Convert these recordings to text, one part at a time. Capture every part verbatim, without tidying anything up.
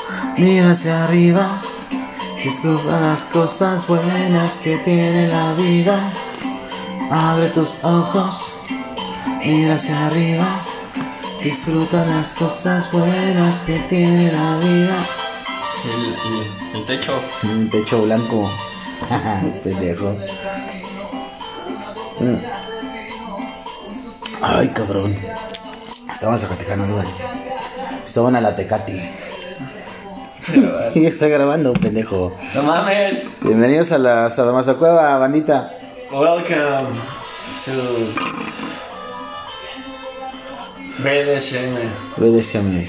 Mira hacia arriba, disfruta las cosas buenas que tiene la vida. Abre tus ojos, mira hacia arriba, disfruta las cosas buenas que tiene la vida. El, el, el techo. Un techo blanco. Pendejo. Ay, cabrón. Estaban en Zacatecano, güey. Estaban a la Tecati. Y está grabando, pendejo. No mames. Bienvenidos a la Sadomasocueva, bandita. Welcome to B D S M Ve, decíame.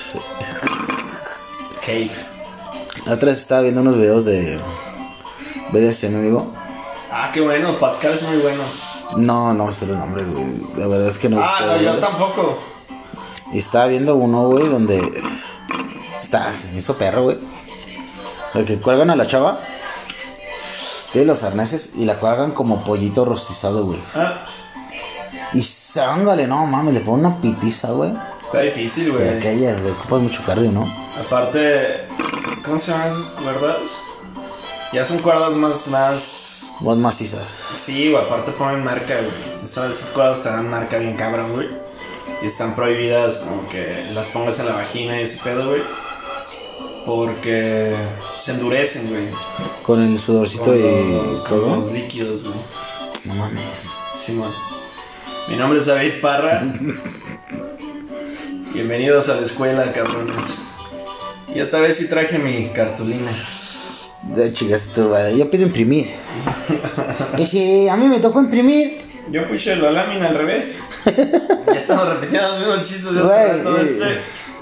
Cave. La otra vez estaba viendo unos videos de B D S M, amigo. Ah, qué bueno, Pascal es muy bueno. No, no me sé los nombres, güey. La verdad es que no. Ah, no, yo tampoco. Y estaba viendo uno, güey, donde está, se me hizo perro, güey. El que cuelgan a la chava, tiene los arneses y la cuelgan como pollito rostizado, güey. Ah, Y zángale, no mames, le ponen una pitiza, güey. está difícil, De güey. aquellas, güey, ocupas mucho cardio, ¿no? Aparte, ¿cómo se llaman esas cuerdas? Ya son cuerdas más, más... Más macizas. Sí, güey, aparte ponen marca, güey. Esas, esas cuerdas te dan marca bien cabrón, güey. Y están prohibidas como que las pongas en la vagina y ese pedo, güey. Porque se endurecen, güey. Con el sudorcito Con y los, con todo. los líquidos, güey. No mames. Simón. Mi nombre es David Parra. Bienvenidos a la escuela, cabrones. Y esta vez sí traje mi cartulina. Ya chicas, tú, güey. Yo pido imprimir. Y si a mí me tocó imprimir. Yo puse la lámina al revés. Ya estamos repitiendo los mismos chistes de hace Güey, rato güey. este.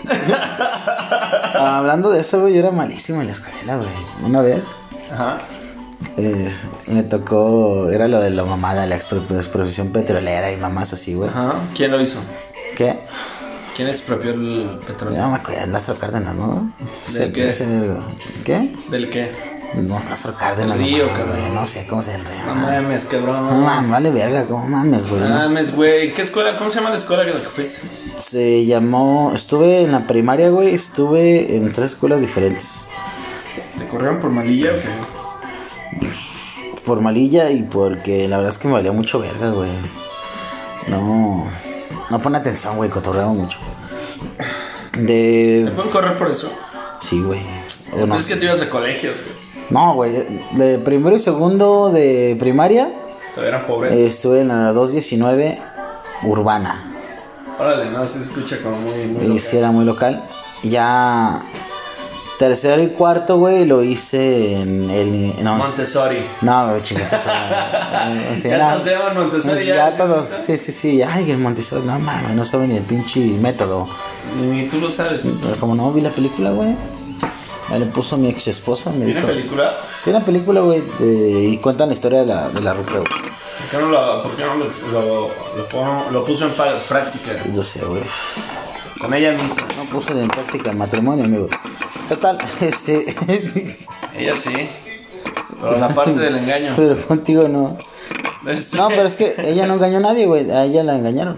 Ah, hablando de eso, güey, yo era malísimo en la escuela, güey. Una vez Ajá. eh, me tocó, era lo de la mamada, la expro- expropiación petrolera y mamás así, güey. Ajá. ¿Quién lo hizo? ¿Qué? ¿Quién expropió el petróleo? No me acuerdo, Lázaro Cárdenas, ¿no? ¿De Ese- qué? ese- ¿Qué? ¿Del qué? No, Lázaro Cárdenas. El río, no, cabrón. güey, no sé cómo se llama el río. No mames, cabrón. No mames, vale verga, ¿cómo mames, güey? No no? mames, güey. ¿Qué escuela? ¿Cómo se llama la escuela que la que fuiste? Se llamó, estuve en la primaria, güey, estuve en tres escuelas diferentes. ¿Te corrieron por malilla o qué? Por malilla y porque la verdad es que me valía mucho verga, güey. No, no pone atención, güey, cotorreaba mucho. ¿Te De... pueden correr por eso? Sí, güey. O no es que sé. te ibas a colegios, güey. No, güey, de primero y segundo de primaria Todavía eran pobres. estuve en la doscientos diecinueve urbana. Órale, no, se escucha como muy, muy Y local. sí era muy local. Ya tercero y cuarto, güey, lo hice en el... No, Montessori. no, güey, chingas. Ya todos se llaman Montessori, ya, Ya ¿sí todos, existe? sí, sí, sí. Ay, el Montessori, no mames, no saben ni el pinche método. Ni tú lo sabes. Pero como no vi la película, güey, me le puso mi ex esposa. Me ¿Tiene dijo, película? Tiene una película, güey, de- y cuentan la historia de la, de la ruca, güey. ¿Por qué no lo, por qué no lo, lo, lo, pongo- lo puso en pa- práctica? Yo sé, güey. Con ella misma. No puse en práctica el matrimonio, amigo. Total, este. Ella sí. Pero la parte del engaño. Pero contigo no. Este- No, pero es que ella no engañó a nadie, güey. A ella la engañaron.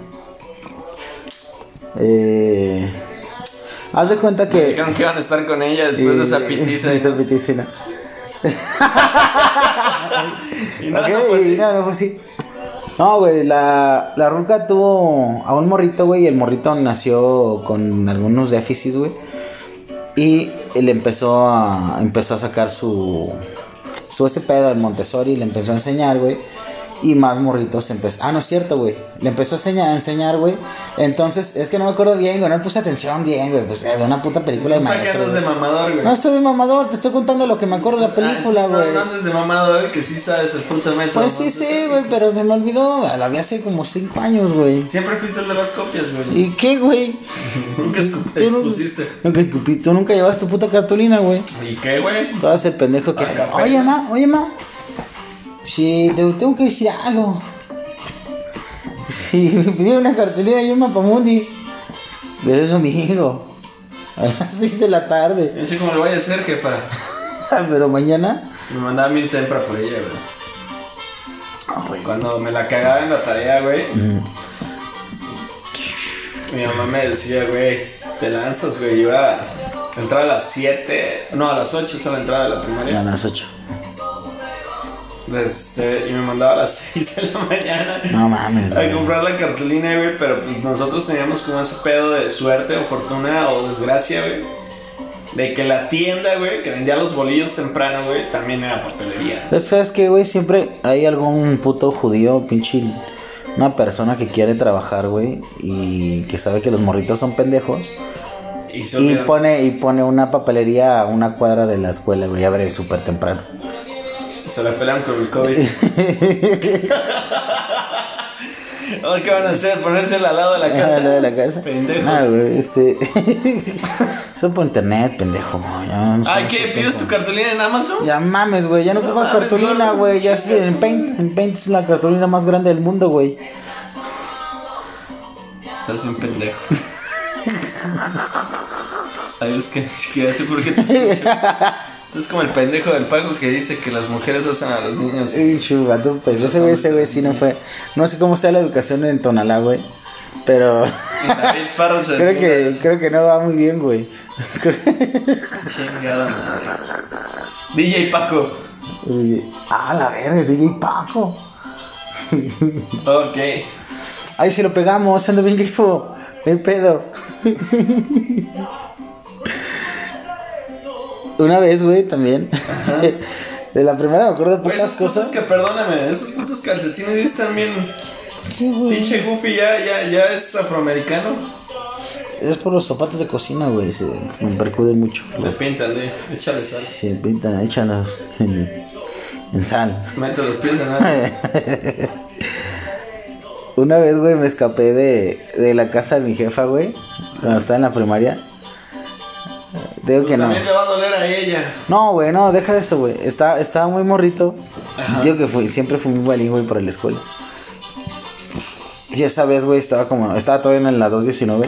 Eh. Haz de cuenta Me que. dijeron que iban a estar con ella después de esa pitiza. De esa pitiza, y no. Y no, Ok, no fue y así. no, no fue así. No, güey, la, la ruca tuvo a un morrito, güey, y el morrito nació con algunos déficits, güey. Y él empezó a, empezó a sacar su, su ese pedo del Montessori, le empezó a enseñar, güey. Y más morritos empezó. Ah, no es cierto, güey. Le empezó a enseñar, a enseñar, güey. Entonces, es que no me acuerdo bien, güey. No le puse atención bien, güey. Pues había una puta película de ¿Para qué maestro. andas de güey. mamador, güey? No estoy de mamador, te estoy contando lo que me acuerdo de la película, Ah, güey. no, no andes de mamador, que sí sabes el puto método. Pues sí, sí, güey, pero se me olvidó. La vi hace como cinco años, güey. Siempre fuiste el de las copias, güey. ¿Y qué, güey? Nunca escu- Tú no- expusiste. Nunca escupí. Tú nunca llevaste tu puta cartulina, güey. ¿Y qué, güey? Todo ese pendejo que. Acá, Oye, ma, oye, ma. Sí, te tengo que decir algo. Sí, me pidieron una cartulina y un mapamundi. Pero es domingo. A las seis de la tarde. Yo sé cómo lo voy a hacer, jefa. Pero mañana. Me mandaba mil tempra por ella, güey. Ah, güey. Cuando me la cagaba en la tarea, güey, Mm. mi mamá me decía, güey, te lanzas, güey. Y ahora Entrar a las siete, no, a las ocho es la entrada de la primaria. A las ocho. Este, y me mandaba a las seis de la mañana. No mames, a güey. comprar la cartulina, güey. Pero pues nosotros teníamos como ese pedo de suerte o fortuna o desgracia, güey. De que la tienda, güey, que vendía los bolillos temprano, güey, también era papelería. Pues, ¿sabes qué, güey? Siempre hay algún puto judío, pinche... Una persona que quiere trabajar, güey, y que sabe que los morritos son pendejos. Y, se Y olvidan. pone, y pone una papelería a una cuadra de la escuela, güey, abre súper temprano. Se la pelean con el COVID. Oh, ¿qué van a hacer? ¿Ponérsela al lado de la casa? ¿Al lado de la casa? Pendejos. No, güey, este... Son por internet, pendejo. Ya no Ay, somos ¿qué? tus ¿Pides tiempos. tu cartulina en Amazon? Ya mames, güey, ya no No ocupas mames, cartulina, gordo. güey. Ya es en Paint. En Paint es la cartulina más grande del mundo, güey. Estás un pendejo. Ay, es que ni siquiera sé por qué te escucho. Es como el pendejo del Paco que dice que las mujeres hacen a los niños. Sí, chubato, pues Los ese güey, hombres ese güey sí no fue. No sé cómo sea la educación en Tonalá, güey. Pero Y David Parro se creo defiende de que eso. creo que no va muy bien, güey. Chingada madre. D J Paco. Y- Ah, la verga, D J Paco. Ok. Ay, si lo pegamos, ando bien grifo. El pedo. Una vez, güey, también. De la primera me acuerdo de Güey, pocas esos putos cosas. que, perdóname, esos putos calcetines ya están bien. ¿Qué, güey? Pinche Goofy ya, ya, ya es afroamericano. Es por los zapatos de cocina, güey. Se me percude mucho. Se Los- pintan, eh. Échale sal. Se pintan, échalos en, en sal. Mete los pies en agua. Una vez, güey, me escapé de, de la casa de mi jefa, güey. Cuando estaba en la primaria. Digo Pues que no. también le va a doler a ella. No, güey, no, deja de eso, güey. Estaba, estaba muy morrito. Ajá. Digo que fui, siempre fui muy balín, güey, por la escuela. Y esa vez, güey, estaba como... Estaba todavía en la dos diecinueve.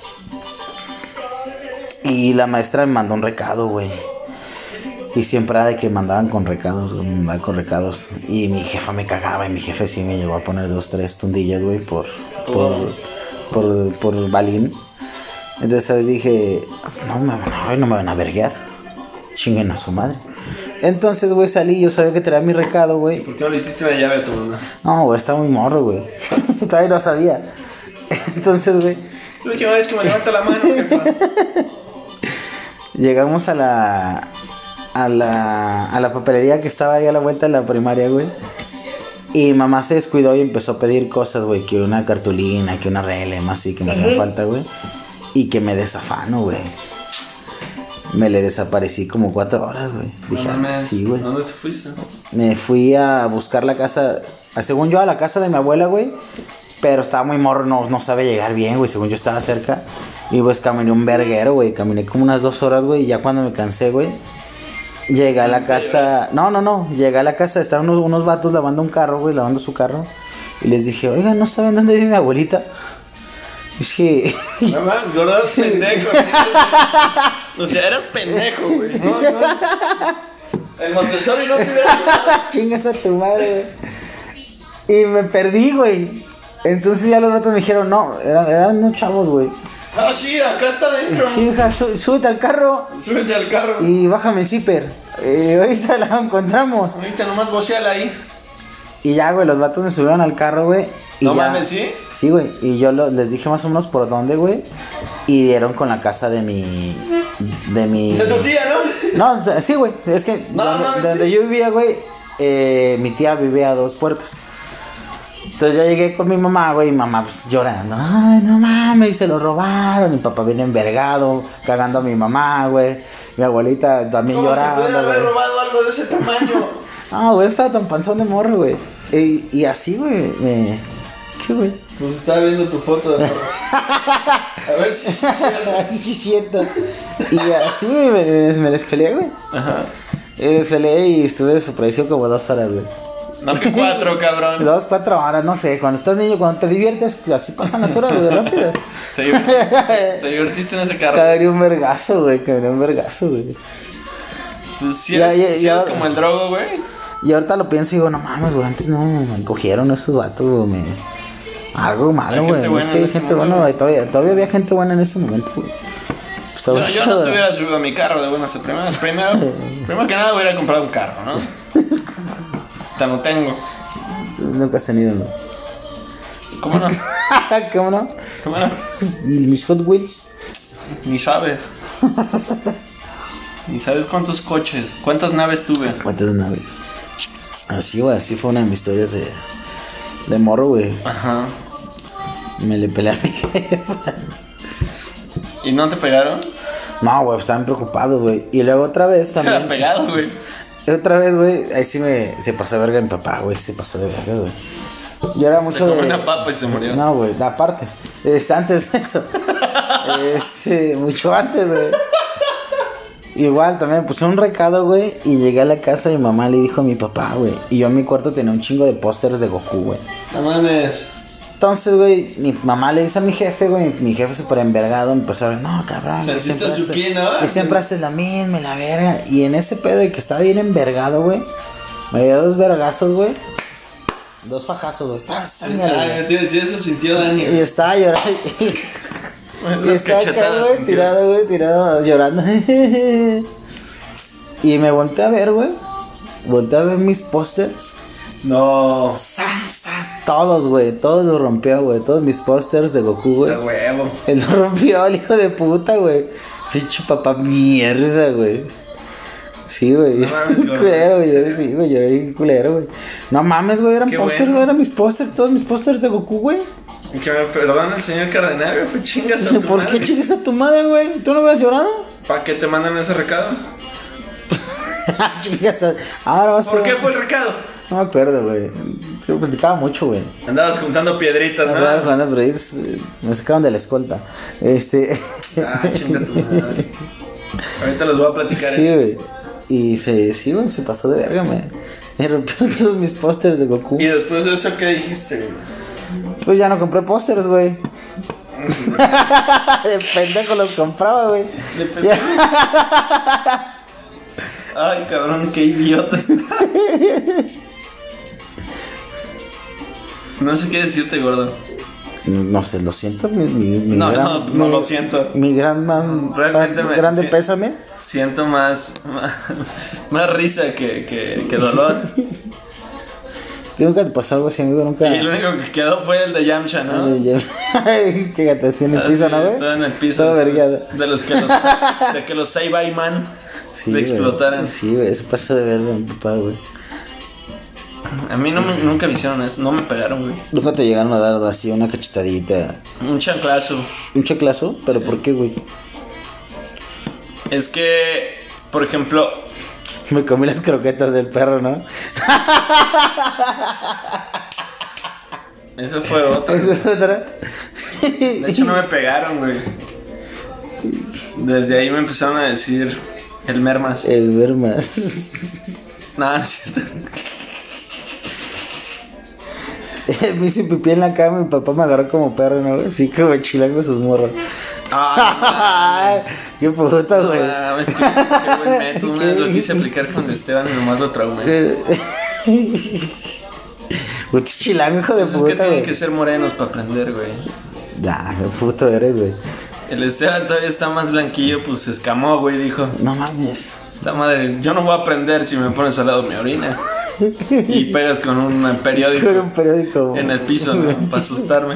Y la maestra me mandó un recado, güey. Y siempre era de que mandaban con recados, güey, me mandaban con recados. Y mi jefa me cagaba y mi jefe sí me llegó a poner dos, tres tundillas, güey, por... Por... Por... Por balín. Entonces, ¿sabes? Dije... No, me, no, no me van a verguear. Chinguen a su madre. Entonces, güey, salí. Yo sabía que traía mi recado, güey. ¿Por qué no le hiciste una llave a tu mamá? No, güey, estaba muy morro, güey. Todavía no sabía. Entonces, güey, La última vez que me levanta la mano, jefa. llegamos a la... A la... A la papelería que estaba ahí a la vuelta de la primaria, güey. Y mamá se descuidó y empezó a pedir cosas, güey. Que una cartulina, que una relem, así que me hacía falta, güey. Y que me desafano, güey. Me le desaparecí como cuatro horas, güey. Dije, No ah, mames. sí, güey. ¿Dónde te fuiste? Me fui a buscar la casa, a- según yo, a la casa de mi abuela, güey. Pero estaba muy morro, no, no sabe llegar bien, güey. Según yo estaba cerca. Y pues caminé un verguero, güey. Caminé como unas dos horas, güey. Y ya cuando me cansé, güey, llegué a la casa. No, no, no. Llegué a la casa. Estaban unos, unos vatos lavando un carro, güey. Lavando su carro. Y les dije, oigan, ¿no saben dónde vive mi abuelita? Y dije, No más, gordo, eres pendejo. O sea, eras pendejo, güey. No, no. El Montessori no te hubiera ayudado. chingas a tu madre, güey. Y me perdí, güey. Entonces ya los vatos me dijeron, no, eran, eran unos chavos, güey. Ah, sí, acá está adentro. Sí, hija, sú- súbete al carro Súbete al carro. y bájame el zipper. Eh, ahorita la encontramos. Ahorita nomás boceala ahí. Y ya, güey, los vatos me subieron al carro, güey. y No ya- mames, ¿sí? Sí, güey. Y yo lo- les dije más o menos por dónde, güey. Y dieron con la casa de mi... De mi... De tu tía, ¿no? No, o sea, sí, güey. Es que No, donde, mames, donde sí. yo vivía, güey, eh, mi tía vivía a dos puertas. Entonces ya llegué con mi mamá, güey, y mamá pues llorando. Ay, no mames, se lo robaron. Mi papá viene envergado, cagando a mi mamá, güey. Mi abuelita también ¿Cómo se llorando, pudiera haber güey. robado algo de ese tamaño? Ah, güey, estaba tan panzón de morro, güey. Y, y así, güey, me... ¿Qué, güey? Pues estaba viendo tu foto de A ver si es cierto. Sí, es cierto. Y así, güey, me, me les peleé, güey. Ajá. Me les peleé y estuve desaparecido como dos horas, güey. No, que cuatro, cabrón. Dos, cuatro horas, no sé. Cuando estás niño, cuando te diviertes, así pasan las horas, güey, rápido. Te divertiste, te divertiste en ese carro. Caería un vergazo, güey, caería un vergazo, güey. Pues si Ya, eres, ya, si ya. eres como el drogo, güey. Y ahorita lo pienso y digo, no mames, güey, antes no me cogieron esos vatos, güey. me- Algo malo, Hay güey. gente No es buena que en hay ese gente mundo, buena, güey. güey. Todavía, todavía había gente buena en ese momento, güey. Está Yo, bueno. yo no te hubiera subido a mi carro de buenas a primeras. Primero, primero que nada hubiera comprado un carro, ¿no? Te no tengo. Nunca has tenido, ¿no? ¿Cómo no? ¿Cómo no? ¿Cómo no? ¿Y mis Hot Wheels? Ni sabes. Ni sabes cuántos coches, cuántas naves tuve. ¿Cuántas naves? Así, güey, así fue una de mis historias de, de morro, güey. Ajá. Me le peleé a mi jefa. ¿Y no te pegaron? No, güey, estaban preocupados, güey. Y luego otra vez Te también. hubieran pegado, güey. Otra vez, güey, ahí sí me se pasó de verga mi papá, güey, se pasó de verga, güey. Yo era mucho Se comió de... una papa y se murió. No, güey, aparte. Este, antes de eso. Este, mucho antes, güey. Igual también me puse un recado, güey, y llegué a la casa y mi mamá le dijo a mi papá, güey. Y yo en mi cuarto tenía un chingo de pósters de Goku, güey. No mames. Entonces, güey, mi mamá le dice a mi jefe, güey, mi jefe súper envergado, me empezó a ver, no, cabrón, que Sentiste siempre, su hace- ki, ¿no? que siempre haces la misma y la verga. Y en ese pedo de que estaba bien envergado, güey, me dio dos vergazos, güey. Dos fajazos, güey. Estaba sángale, Ay, güey. me tienes eso sintió Dani. Y estaba llorando. Y Esas estaba acá, cachetadas güey, sintió. tirado, güey, tirado, llorando. Y me volteé a ver, güey. Volteé a ver mis pósters. No. Sa, sa, Todos, güey. Todos los rompió, güey. Todos mis pósters de Goku, güey. De huevo. Él lo rompió, el hijo de puta, güey. Pinche papá mierda, güey. Sí, güey. No mames, güey. Culero, güey. Sí, güey. Yo era bien culero, güey. No mames, güey. Eran Qué pósters, bueno. güey. Eran mis pósters. Todos mis pósters de Goku, güey. Y que me perdone el señor Cardenal, güey. Fue chingas a tu ¿Por madre. qué chingas a tu madre, güey? ¿Tú no hubieras llorado? ¿Para qué te mandan ese recado? Chingas a... Ahora vas a... ¿Por qué fue el recado? No me acuerdo, güey. Yo platicaba mucho, güey. Andabas juntando piedritas, Andaba ¿no? jugando, pero ellos, eh, me sacaron de la escolta. Este... Ah, chinga tu madre. Ahorita les voy a platicar Sí, eso. güey. Y se, sí, güey, se pasó de verga, me, me rompió todos mis pósters de Goku. Y después de eso, ¿qué dijiste, güey? Pues ya no compré pósters, güey. De pendejo los compraba, güey. De pendejo. Ay, cabrón, qué idiota está. No sé qué decirte, gordo. No sé, lo siento. Mi, mi, mi No, gran, no, no mi- lo siento. Mi gran man, Realmente me- grande sí. pésame. Siento más, más, más risa que, que, que dolor. ¿Tú nunca te pasó algo así, amigo? Nunca. Y lo único que quedó fue el de Yamcha, ¿no? Ay, ya- Qué gata, así en el Así, piso, ¿no, güey? todo en el piso. Todo después vergueado. De los que los, de que los Saibai-Man Sí, le güey. explotaran. Sí, güey, eso pasa de verga, mi papá, güey. A mí no me, nunca me hicieron eso, no me pegaron, güey. Nunca te llegaron a dar así una cachetadita. Un chanclazo. ¿Un chaclazo? ¿Pero por qué, güey? Es que, por ejemplo, Me comí las croquetas del perro, ¿no? esa fue otra. Esa es otra. De hecho, no me pegaron, güey. Desde ahí me empezaron a decir el mermas. El ver más. No, no es cierto. Me hice pipí en la cama y mi papá me agarró como perro, ¿no? Así como chilango sus morros. Ay, Qué puta, no güey. mames, qué, qué buen método. Una vez lo quise aplicar con Esteban y nomás lo traumé. Puto chilango, hijo de Pues es que puta, tienen güey. que ser morenos para aprender, güey. Ya, qué puto eres, güey. El Esteban todavía está más blanquillo, pues se escamó, güey, dijo. No mames. Esta madre, yo no voy a aprender si me pones al lado de mi orina. Y pegas con un periódico Con un periódico. en el piso, ¿no? Para asustarme.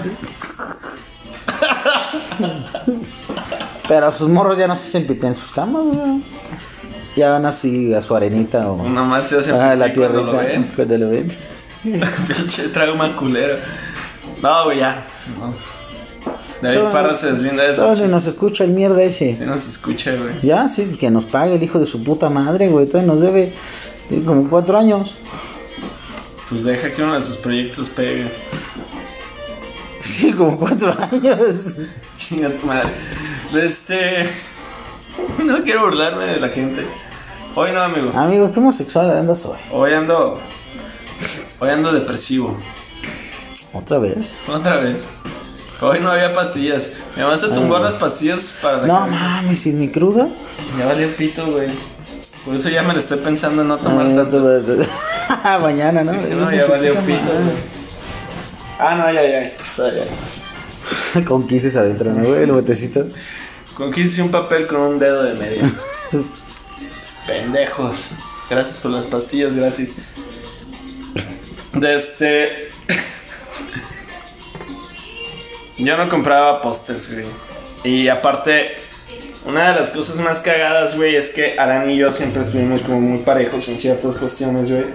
Pero sus morros ya no se hacen pipí en sus camas, güey. Ya van así a su arenita o Nada más se hace a la pipí cuando tierrita lo ven. cuando lo ven. Pinche trauma culero. No, güey, ya. No. David Todo- Parra se deslinda de eso. Todavía nos escucha el mierda ese. Sí nos escucha, güey. Ya, sí, que nos pague el hijo de su puta madre, güey. Todavía nos debe tiene como cuatro años. Pues deja que uno de sus proyectos pegue. Sí, como cuatro años. Chinga tu madre. Este... No quiero burlarme de la gente. Hoy no, amigo. Amigo, ¿qué homosexual andas hoy? Hoy ando... Hoy ando depresivo. ¿Otra vez? Otra vez. Hoy no había pastillas. Mi mamá se tumbó las pastillas para la No cabeza. mames, ¿y mi cruda? Ya valió pito, güey. Por eso ya me lo estoy pensando en no tomar Ay, tanto. no, no, no. Mañana, ¿no? No, ya valió pito, güey. Ah, no, ya, ya. Con quises adentro, ¿no, güey? El botecito. Con que hice un papel con un dedo de medio. Pendejos. Gracias por las pastillas gratis. De este... Yo no compraba pósters, güey. Y aparte, una de las cosas más cagadas, güey, es que Aran y yo siempre estuvimos como muy parejos en ciertas cuestiones, güey.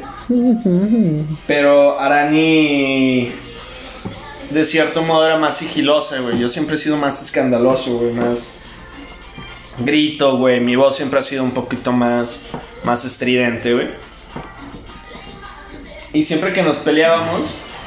Pero Arani, de cierto modo, era más sigilosa, güey. Yo siempre he sido más escandaloso, güey, más grito, güey. Mi voz siempre ha sido un poquito más, más estridente, güey. Y siempre que nos peleábamos,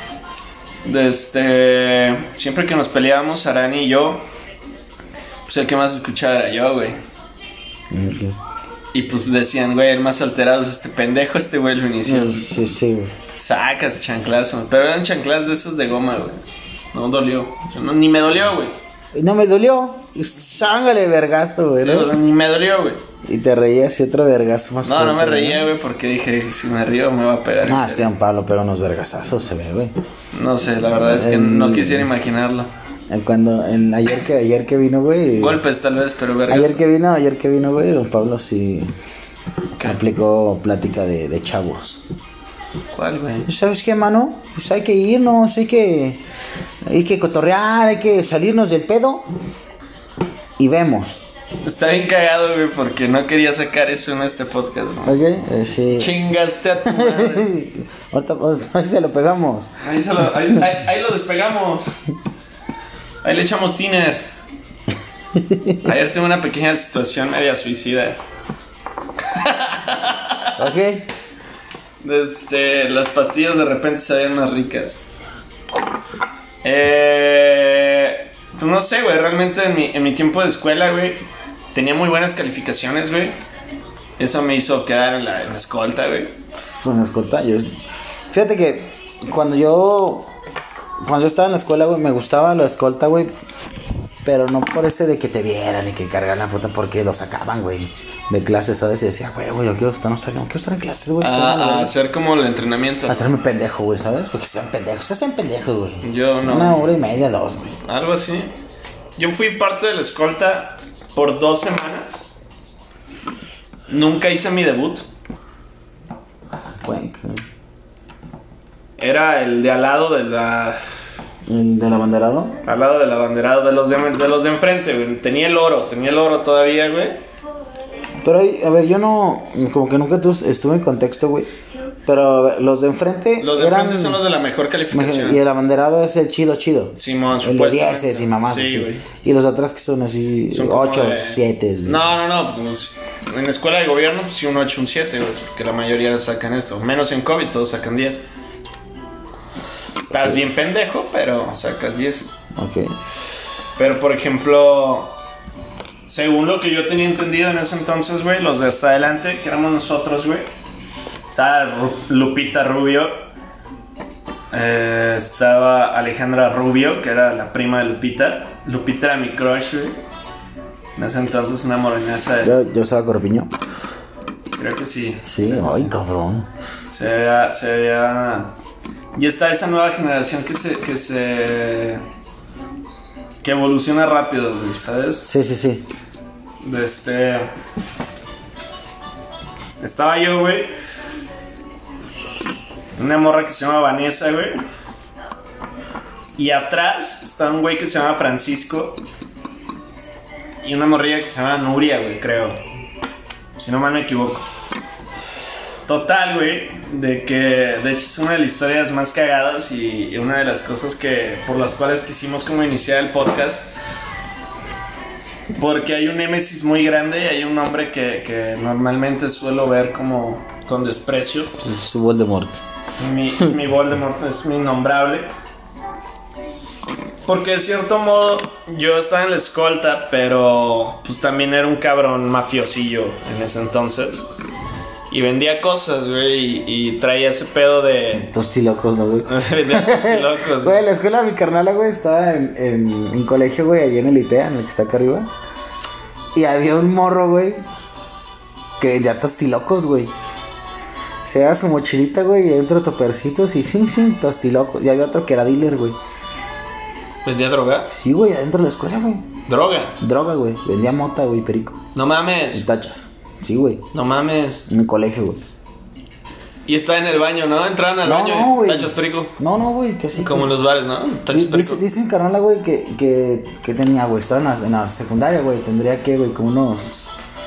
desde, siempre que nos peleábamos, Arani y yo, pues el que más escuchaba era yo, güey. Okay. Y pues decían, güey, el más alterado es este pendejo, este güey lo inició. Sí, sí, güey. Sacas chanclazo, pero eran chanclas de esos de goma, güey. No dolió, no, ni me dolió, güey. No me dolió, sángale vergazo, güey. Sí, ¿no? Ni me dolió, güey. Y te reías y otro vergazo más No, fuerte, no me reía, güey, porque dije, si me río me va a pegar. No, es que Don Pablo pega unos vergazazos, se ve, güey. No sé, la verdad es que el... no quisiera imaginarlo. Cuando, en, ayer que ayer que vino, güey. Golpes tal vez, pero vergazos. Ayer que vino, ayer que vino, güey, Don Pablo sí ¿Qué? Aplicó plática de, de chavos. ¿Cuál, güey? ¿Sabes qué, mano? Pues hay que irnos, hay que, hay que cotorrear, hay que salirnos del pedo y vemos. Está bien cagado, güey, porque no quería sacar eso en este podcast, ¿no? Ok, eh, sí. Chingaste a tu madre. ahorita, ahorita, ahí se lo pegamos. Ahí, se lo, ahí, ahí, ahí lo despegamos. Ahí le echamos tiner. Ayer tuve una pequeña situación media suicida. Ok. Este, las pastillas de repente se veían más ricas. Eh, pues no sé, güey. Realmente en mi, en mi tiempo de escuela, güey, tenía muy buenas calificaciones, güey. Eso me hizo quedar en la, en la escolta, güey. En la escolta, yo... Fíjate que cuando yo... Cuando yo estaba en la escuela, güey, me gustaba la escolta, güey. Pero no por ese de que te vieran y que cargaran la puta, porque lo sacaban, güey, de clases, ¿sabes? Y decía, güey, güey, yo quiero estar, no sacan, quiero estar en clases, güey. A, a hacer como el entrenamiento. A hacerme pendejo, güey, ¿sabes? Porque se hacen pendejos, se hacen pendejos, güey. Yo no. Una hora y media, dos, güey. Algo así. Yo fui parte de la escolta por dos semanas. Nunca hice mi debut. Güey, era el de al lado de la... ¿El del abanderado? Al lado del abanderado, de los de, de los de enfrente, güey. Tenía el oro, tenía el oro todavía, güey. Pero, a ver, yo no... Como que nunca estuve en contexto, güey. Pero ver, los de enfrente... Los de eran, enfrente son los de la mejor calificación. Y el abanderado es el chido, chido. Simón, el de dieces y mamás sí, así. Güey. Y los de atrás que son así... Son ocho, de... siete. No, no, no. Pues, en la escuela de gobierno, pues sí, un ocho, un siete, güey. Porque la mayoría sacan esto. Menos en COVID, todos sacan diez. Estás bien pendejo, pero sacas diez. Ok. Pero, por ejemplo, según lo que yo tenía entendido en ese entonces, güey, los de hasta adelante, que éramos nosotros, güey. Estaba Lupita Rubio. Eh, estaba Alejandra Rubio, que era la prima de Lupita. Lupita era mi crush, güey. En ese entonces una morenaza. De... Yo, yo estaba Corpiño. Creo que sí. Sí, ay, cabrón. Se veía... Se veía... Y está esa nueva generación que se... Que se... Que evoluciona rápido, güey, ¿sabes? Sí, sí, sí. De este... Estaba yo, güey. Una morra que se llama Vanessa, güey. Y atrás está un güey que se llama Francisco. Y una morrilla que se llama Nuria, güey, creo. Si no mal me equivoco. Total, güey, de que de hecho es una de las historias más cagadas y una de las cosas que por las cuales quisimos como iniciar el podcast. Porque hay un némesis muy grande y hay un nombre que, que normalmente suelo ver como con desprecio. Es su Voldemort. Mi, es mi Voldemort, es mi innombrable. Porque de cierto modo yo estaba en la escolta, pero pues también era un cabrón mafiosillo en ese entonces. Y vendía cosas, güey, y, y traía ese pedo de... Tostilocos, ¿no, güey? Vendía tostilocos, güey. La escuela de mi carnala, güey, estaba en, en un colegio, güey, allí en el I T E A, en el que está acá arriba. Y había un morro, güey, que vendía tostilocos, güey. Se daba su mochilita, güey, y adentro topercitos y sí, sí, tostilocos. Y había otro que era dealer, güey. ¿Vendía droga? Sí, güey, adentro de la escuela, güey. ¿Droga? Droga, güey. Vendía mota, güey, perico. No Y mames. tachas. Sí, güey. No mames. En mi colegio, güey. Y está en el baño, ¿no? Entraban al No, baño no, y güey. tachas perico. No, no, güey, que sí. Como en güey. los bares, ¿no? Tachas Di- perico. Dice, dice mi carnala, güey, que, que, que tenía, güey. Estaba en la, en la secundaria, güey. Tendría que, güey, como unos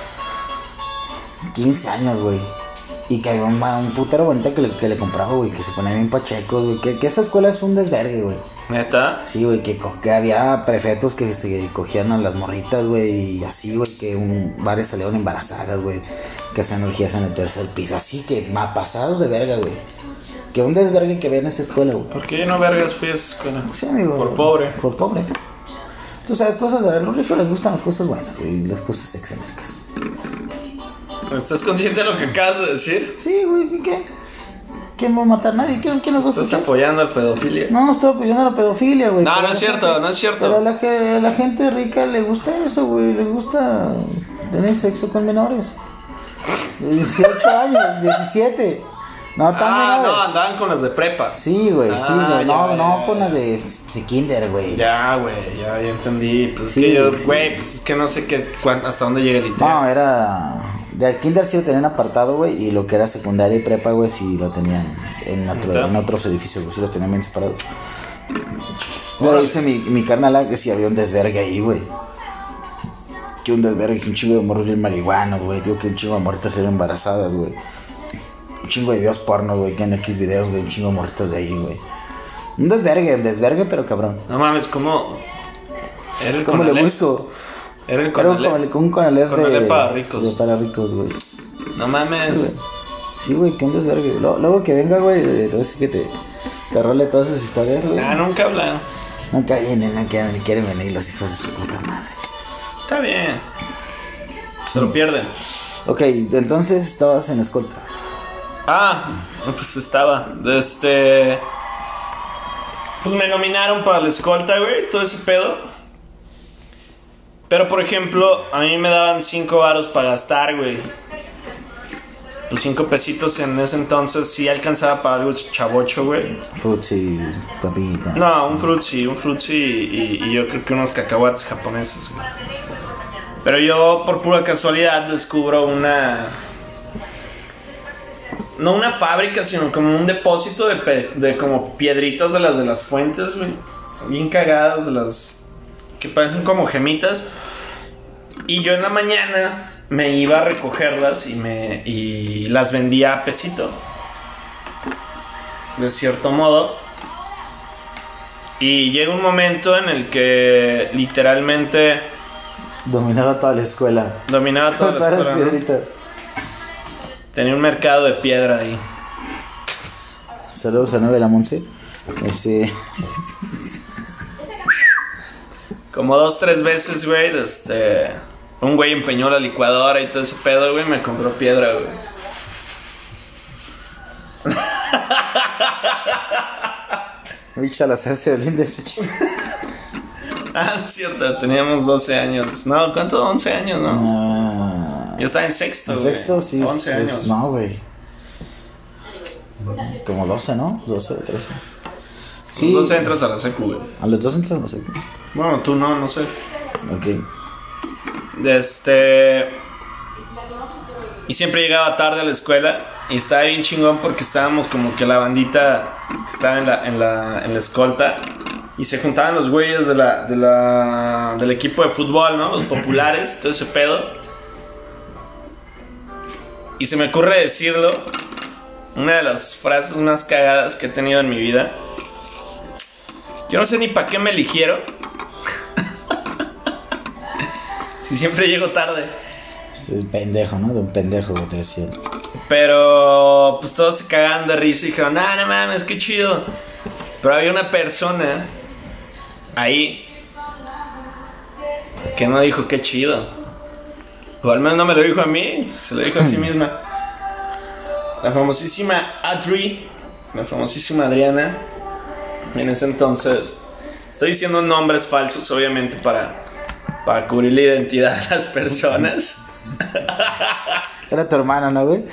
quince años, güey. Y que había un, un putero bonita que le, que le compraba, güey. Que se ponía bien pacheco, güey. Que, que esa escuela es un desvergue, güey. ¿Neta? Sí, güey, que, co- que había prefectos que se cogían a las morritas, güey, y así, güey, que un, varias salieron embarazadas, güey, que hacían orgías en el tercer piso, así que ma, pasados de verga, güey. Que un desvergue que había en esa escuela, güey. ¿Por qué yo no vergas fui a esa escuela? Sí, amigo. Por pobre. Por pobre. Tú sabes, cosas de los ricos les gustan las cosas buenas, güey, y las cosas excéntricas. ¿Estás consciente de lo que acabas de decir? Sí, güey, ¿qué? ¿Qué? ¿Quién va a matar a nadie? ¿Quién, quién nos va a ¿Estás escuchar? apoyando a la pedofilia? No, no estoy apoyando la pedofilia, güey. No, pero no a es la cierto, gente- no es cierto. Pero a la, ge- a la gente rica le gusta eso, güey. Les gusta tener sexo con menores. De dieciocho años, diecisiete. No, tan Ah, menores. no, andaban con las de prepa. Sí, güey, sí, Ah, güey. No, ya, no ya, con ya. las de sí, kinder, güey. Ya, güey, ya, ya entendí. Pues Sí, es que yo, sí. güey, pues es que no sé qué, cuán- hasta dónde llega el I T E. No, era... Del kinder sí lo tenían apartado, güey. Y lo que era secundaria y prepa, güey, sí lo tenían en, otro- ¿Neta? en otros edificios, güey. Sí los tenían bien separados. Órale. Pero dice mi, mi carnala que sí había un desvergue ahí, güey. Que un desvergue, que un chingo de morros bien marihuanos, güey. Digo que un chingo de morritas eran embarazadas, güey. Un chingo de videos porno, güey. Que en X videos, güey. Un chingo de morritas de ahí, güey. Un desvergue, un desvergue, pero cabrón. No mames, ¿cómo? Era el ¿Cómo le Conalep. busco? Era el Era un Conalep. conale- un Conalep de... Conalep para ricos. De para ricos, güey. No mames. Sí, güey, que un desvergue. Luego, luego que venga, güey, entonces que te, te role todas esas historias, güey. Ah, nunca hablan. Nunca vienen, no quieren, ni quieren venir los hijos de su puta madre. Está bien. Se lo pierden. Ok, entonces estabas en escolta. Ah, no, pues estaba. Este. Pues me nominaron para la escolta, güey. Todo ese pedo. Pero por ejemplo, a mí me daban cinco varos para gastar, güey. Pues cinco pesitos en ese entonces sí alcanzaba para algo chavocho, güey. Frutzi, papita. No, un frutzi, un frutzi y, y yo creo que unos cacahuates japoneses, güey. Pero yo por pura casualidad descubro una... No una fábrica, sino como un depósito de, pe- de como piedritas de las de las fuentes, güey. Bien cagadas, de las que parecen como gemitas. Y yo en la mañana me iba a recogerlas y, me, y las vendía a pesito. De cierto modo. Y llega un momento en el que literalmente Dominaba toda la escuela. dominaba toda la Todas las escuela, ¿no? piedritas. Tenía un mercado de piedra ahí. Saludos a Nueve la Monse. Ese... Como dos, tres veces, güey, este... Un güey empeñó la licuadora y todo ese pedo, güey, me compró piedra, güey. Bicha, las hace linda ese chiste. Ah, cierto, teníamos doce años. No, ¿cuánto? once años, ¿no? Ah, Yo estaba en sexto, ¿en güey. sexto? Sí. once es- años. No, güey. Como doce, ¿no? doce o trece. Sí. Los doce entras a la secu, güey. A los dos entras, no sé. Bueno, tú no, no sé. Ok. Este... Y siempre llegaba tarde a la escuela. Y estaba bien chingón porque estábamos como que la bandita que estaba en la, en la, en la escolta. Y se juntaban los güeyes de la, de la, del equipo de fútbol, ¿no? Los populares, todo ese pedo. Y se me ocurre decirlo. Una de las frases más cagadas que he tenido en mi vida. Yo no sé ni para qué me eligieron. Si siempre llego tarde. Es pendejo, ¿no? De un pendejo que te decía. Pero pues todos se cagaban de risa y dijeron, ah, no mames, qué chido. Pero había una persona ahí que no dijo qué chido. O al menos no me lo dijo a mí, se lo dijo a sí misma. La famosísima Adri, la famosísima Adriana. En ese entonces, estoy diciendo nombres falsos, obviamente, para, para cubrir la identidad de las personas. Era tu hermano, ¿no, güey?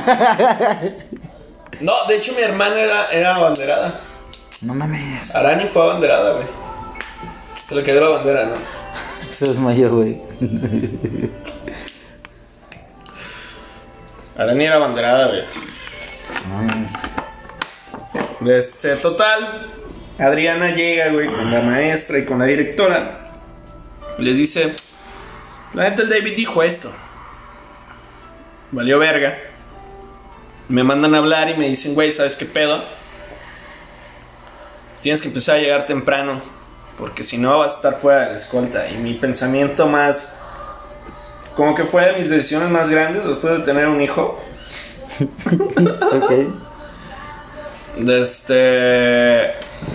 No, de hecho mi hermana era, era abanderada. No mames. Arani fue abanderada, güey. Se le cayó la bandera, ¿no? Se desmayó, güey. Arani era abanderada, güey. Vamos. Este, total, Adriana llega, güey, con la maestra y con la directora. Les dice, la neta el David dijo esto. Valió verga. Me mandan a hablar y me dicen, güey, ¿sabes qué pedo? Tienes que empezar a llegar temprano, porque si no vas a estar fuera de la escolta. Y mi pensamiento más, como que fue de mis decisiones más grandes después de tener un hijo. Ok. Este...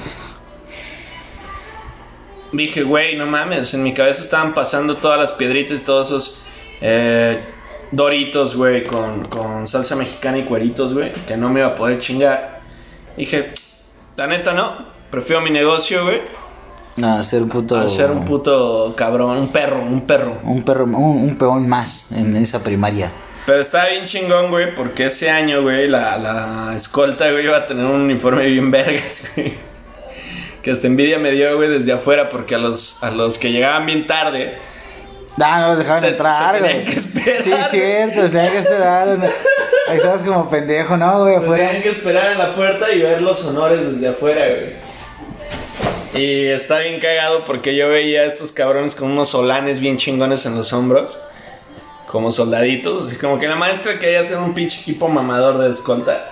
Dije, güey, no mames. En mi cabeza estaban pasando todas las piedritas y todos esos eh, Doritos, güey, con, con salsa mexicana y cueritos, güey, que no me iba a poder chingar. Dije, la neta no. Prefiero mi negocio, güey. No, ser un puto. A ser un puto cabrón, un perro, un perro. Un perro, un, un peón más en esa primaria. Pero estaba bien chingón, güey, porque ese año, güey, la, la escolta, güey, iba a tener un uniforme bien vergas, güey. Que hasta envidia me dio, güey, desde afuera, porque a los, a los que llegaban bien tarde... Ah, no los dejaban se, entrar, se güey. tenían que esperar. Sí, cierto, se tenían que esperar. ¿No? Ahí estabas como pendejo, ¿no, güey? Se Afuera. tenían que esperar en la puerta y ver los honores desde afuera, güey. Y está bien cagado porque yo veía a estos cabrones con unos solanes bien chingones en los hombros. Como soldaditos, así como que la maestra quería hacer un pinche equipo mamador de escolta.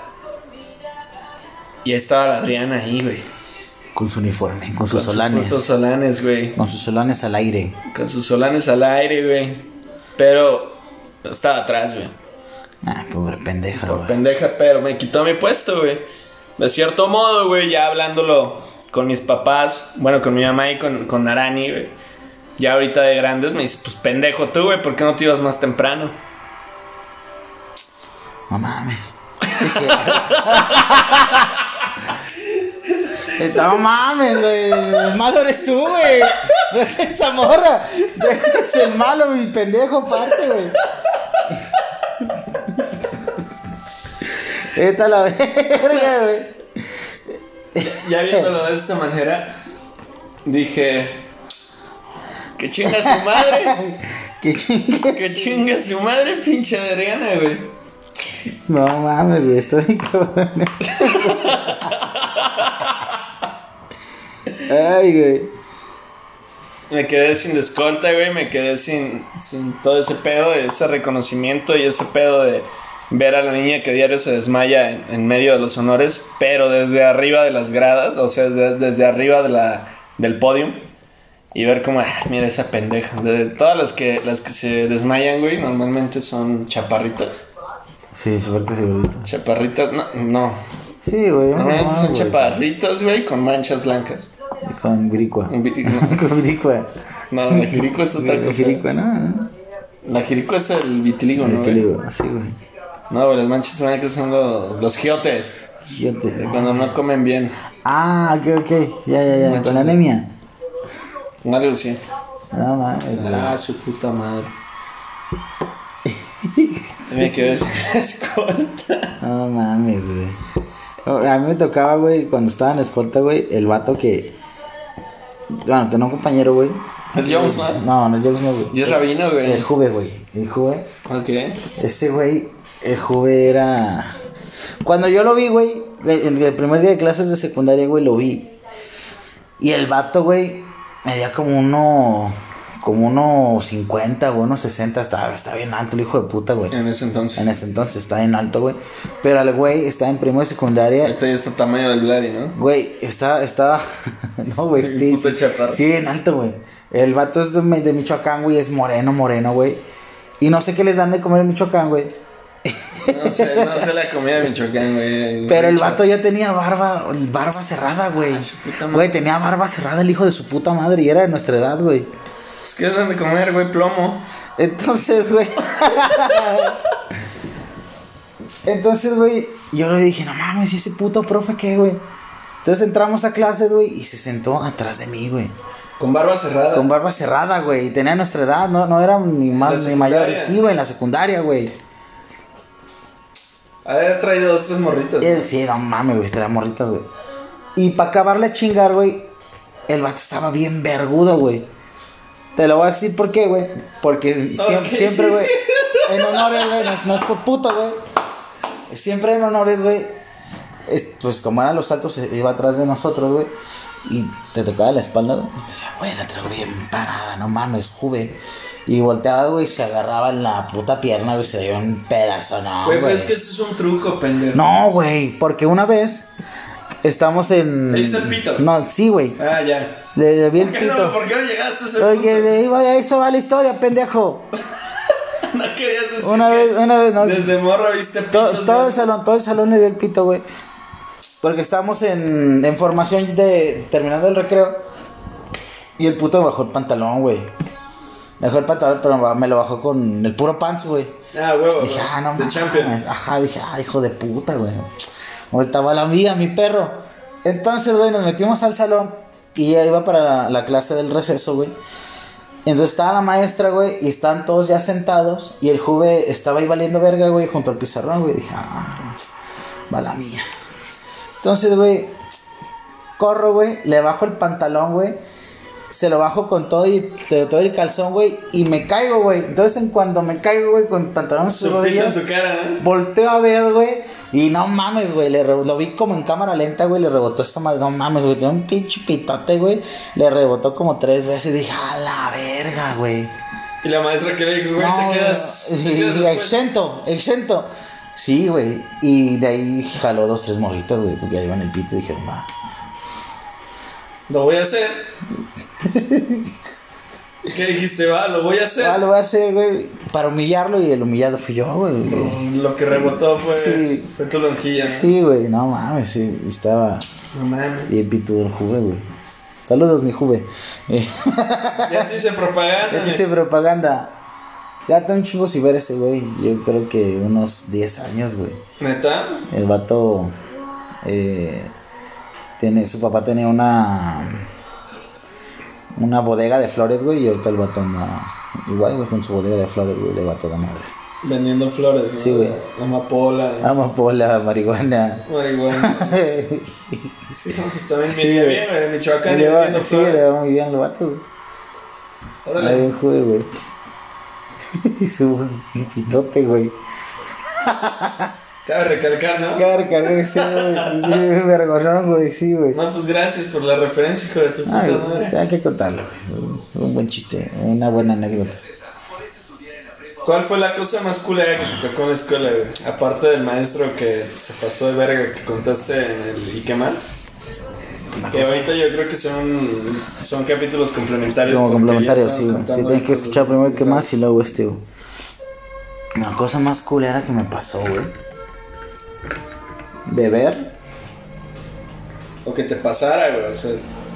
Y ahí estaba la Adriana ahí, güey. Con su uniforme, con sus con solanes. Con sus solanes, güey. Con sus solanes al aire. Con sus solanes al aire, güey. Pero estaba atrás, güey. Ah, pobre pendeja, Por güey. pendeja, pero me quitó mi puesto, güey. De cierto modo, güey, ya hablándolo con mis papás, bueno, con mi mamá y con, con Arani, güey. Ya ahorita de grandes me dice, pues pendejo tú, güey, ¿por qué no te ibas más temprano? No mames. Sí, sí. No mames, güey. El malo eres tú, güey. No es esa morra. Tú eres el malo, mi pendejo, aparte, güey. Esta la verga, güey. Ya viéndolo de esta manera, dije, que chinga su madre. Que chingue. Que chinga su madre, pinche Adriana, güey. No mames, güey. Estoy cabrón. Ay, güey. Me quedé sin escolta, güey. Me quedé sin, sin todo ese pedo, ese reconocimiento y ese pedo de ver a la niña que diario se desmaya en, en medio de los honores, pero desde arriba de las gradas, o sea, desde, desde arriba de la, del podio. Y ver como, ah, mira esa pendeja. De todas las que, las que se desmayan, güey, normalmente son chaparritas. Sí, suerte segurito. Chaparritas, no, no. Sí, güey. Normalmente No, son güey. chaparritas, güey, con manchas blancas. Con gricua. Un vi- No, Con gricua. no, la jiricua es otra cosa. Gricua, ¿no? La jiricua es el vitiligo, ¿no, Te güey? digo, sí, güey. No, güey, las manchas blancas son los, los giotes. Yo te... De cuando no comen bien. Ah, ok, ok. Ya, ya, ya. Manchas Con anemia. Algo así. No mames, güey. Ah, su puta madre. Me quedé sin escolta. No mames, güey. A mí me tocaba, güey, cuando estaba en la escolta, güey, el vato que... Bueno, tenía un compañero, güey. El Jones, ¿no? No, no es Jones, no, güey. Y es rabino, güey. El Juve, güey. El Juve. Ok. Este güey, el Juve era... Cuando yo lo vi, güey, el, el primer día de clases de secundaria, güey, lo vi. Y el vato, güey, medía como uno... Como uno cincuenta, güey, uno sesenta. Estaba, estaba bien alto el hijo de puta, güey. En ese entonces. En ese entonces está bien alto, güey. Pero el güey está en primero de secundaria. Ahorita ya está tamaño del Vladi, ¿no? Güey, está, está... no, güey, sí, Puta sí, chaparro. sí, bien alto, güey. El vato es de, de Michoacán, güey, es moreno, moreno, güey. Y no sé qué les dan de comer en Michoacán, güey. No sé, no sé la comida de Michoacán, güey. Pero el vato ya tenía barba, barba cerrada, güey. Ah, su puta madre. Güey, tenía barba cerrada el hijo de su puta madre y era de nuestra edad, güey. Pues ¿qué les dan de comer, güey? Plomo. Entonces, güey. Entonces, güey, yo le dije, no mames, ¿y ese puto profe qué, güey? Entonces entramos a clases, güey, y se sentó atrás de mí, güey. Con barba cerrada. Con barba cerrada, güey. Y tenía nuestra edad, no, no era ni más ni mayor. Sí, güey, en la secundaria, güey. Haber traído dos, tres morritas. Él sí, no mames, güey, estaría morritas, güey. Y para acabarle a chingar, güey, el vato estaba bien vergudo, güey. Te lo voy a decir por qué, güey. Porque Ok. siempre, siempre, güey, en honores, güey, no, es- no es por puto, güey. Siempre en honores, güey, es- pues como eran los saltos, se iba atrás de nosotros, güey. Y te tocaba la espalda, güey. Y decía, güey, la traigo bien parada, no mames, juve. Y volteaba, güey, y se agarraba en la puta pierna, güey, se le dio un pedazo, no, Güey, güey. pues es que eso es un truco, pendejo. No, güey, porque una vez estamos en... ¿Le diste el pito? No, sí, güey. Ah, ya. Le, le vi el ¿Por qué pito. no? ¿Por qué no llegaste a ese Oye, punto? de ahí va- eso va la historia, pendejo. No querías decir Una que vez, una vez, no. desde morro viste To- pitos. todo güey. el salón, todo el salón le dio el pito, güey. Porque estábamos en, en formación de terminando el recreo. Y el puto me bajó el pantalón, güey. Me bajó el pantalón, pero me lo bajó con el puro pants, güey. Ah, huevo. Dije, güey. ah, no De mames. Champion. Ajá, dije, ah, hijo de puta, güey. Ahorita va la mía, mi perro. Entonces, güey, nos metimos al salón. Y ya iba para la, la clase del receso, güey. Entonces estaba la maestra, güey, y estaban todos ya sentados. Y el juve estaba ahí valiendo verga, güey, junto al pizarrón, güey. Dije, ah, va la mía. Entonces, güey, corro, güey, le bajo el pantalón, güey. Se lo bajo con todo y todo el calzón, güey. Y me caigo, güey. Entonces, en cuando me caigo, güey, con pantalón en sus Su pito en rodillas, su cara, ¿no? volteo a ver, güey. Y no mames, güey. Le re- lo vi como en cámara lenta, güey. Le rebotó esta madre. No mames, güey. Tiene un pinche pitote, güey. Le rebotó como tres veces. Y dije, a la verga, güey. Y la maestra que le dijo, güey, No, te quedas. y- te quedas y después. exento, exento. Sí, güey. Y de ahí jaló dos, tres morritas, güey. Porque ya iban el pito. Y dije, va. Lo voy a hacer. ¿Qué dijiste? Va, lo voy a hacer. Ah, lo voy a hacer, güey. Para humillarlo. Y el humillado fui yo, güey. Lo que rebotó fue, Sí. fue tu lonjilla, ¿no? Sí, güey. No mames, sí. Y estaba. No mames. Y el pito del juve, güey. Saludos, mi juve. Eh, Ya te hice propaganda. ya te hice propaganda. Ya tengo un chingo sin ver ese, güey. Yo creo que unos diez años, güey. ¿Neta? El vato. Eh, tiene, su papá tenía una. Una bodega de flores, güey. Y ahorita el vato anda. Igual, güey, con su bodega de flores, güey. Le va toda madre. Vendiendo flores, ¿no? Sí, güey. Amapola. Amapola, marihuana. Marihuana. Sí, no, pues también me Sí, iría güey. bien, güey. De Michoacán y Le va- vendiendo sí, le flores. va muy bien el vato, güey. Le va Órale. bien jugue, güey. Y su pitote, güey. Cabe recalcar, ¿no? Cabe recalcar que sí, güey. Sí, me vergonaron, güey. Sí, güey. No, pues gracias por la referencia, hijo de tu puta Ay, madre. hay que contarlo, güey. Un buen chiste, una buena anécdota. ¿Cuál fue la cosa más culera que te tocó en la escuela, güey? Aparte del maestro que se pasó de verga que contaste en el ¿y qué más? Una Que cosa- ahorita yo creo que son, son capítulos complementarios. Como porque complementario, ya sí, estamos güey. Sí, contando tienes que cosas escuchar primero el que complicadas. más y luego este, güey. La cosa más culera que me pasó, güey. De ver. O que te pasara, güey. O sea,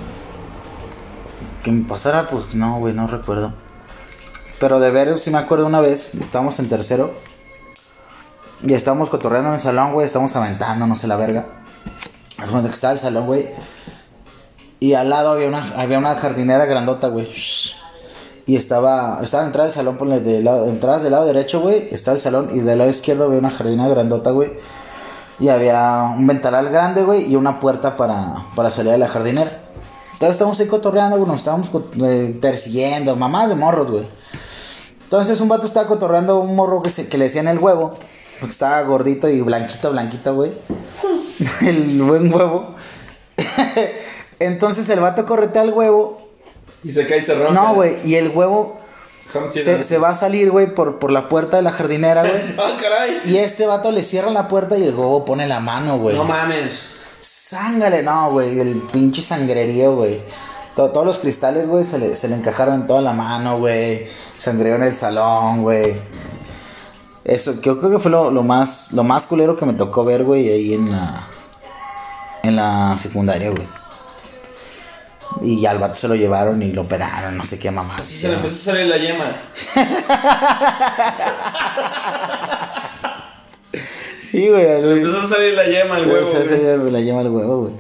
Que me pasara, pues no, güey, no recuerdo. Pero de ver, sí me acuerdo una vez. Estábamos en tercero. Y estábamos cotorreando en el salón, güey. Estábamos aventando, no sé la verga. Haz cuenta que estaba el salón, güey. Y al lado había una, había una jardinera grandota, güey. Y estaba, estaba en la entrada del salón, ponle de lado, entradas del lado derecho, güey. Estaba el salón y del lado izquierdo había una jardinera grandota, güey. Y había un ventanal grande, güey, y una puerta para, para salir de la jardinera. Entonces estábamos ahí cotorreando, güey, nos estábamos co- eh, persiguiendo, mamás de morros, güey. Entonces un vato estaba cotorreando un morro que, se, que le decían el huevo, porque estaba gordito y blanquito, blanquito, güey. El buen huevo. Entonces el vato corretea al huevo. y se cae y se rompe. No, güey, y el huevo Humpty se, Dumpty. se va a salir, güey, por, por la puerta de la jardinera, güey. ¡Ah, caray! Y este vato le cierra la puerta y el huevo pone la mano, güey. No mames. Sángale, no, güey, el pinche sangrerío, güey. To- todos los cristales, güey, se le, se le encajaron en toda la mano, güey. Sangreó en el salón, güey. Eso, yo creo que fue lo, lo más lo más culero que me tocó ver, güey, ahí en la en la secundaria, güey. Y ya al vato se lo llevaron y lo operaron, no sé qué mamá. Así se le empezó a salir la yema. Sí, güey. Se le empezó a salir la yema al huevo, Se güey. me la llama el huevo, güey.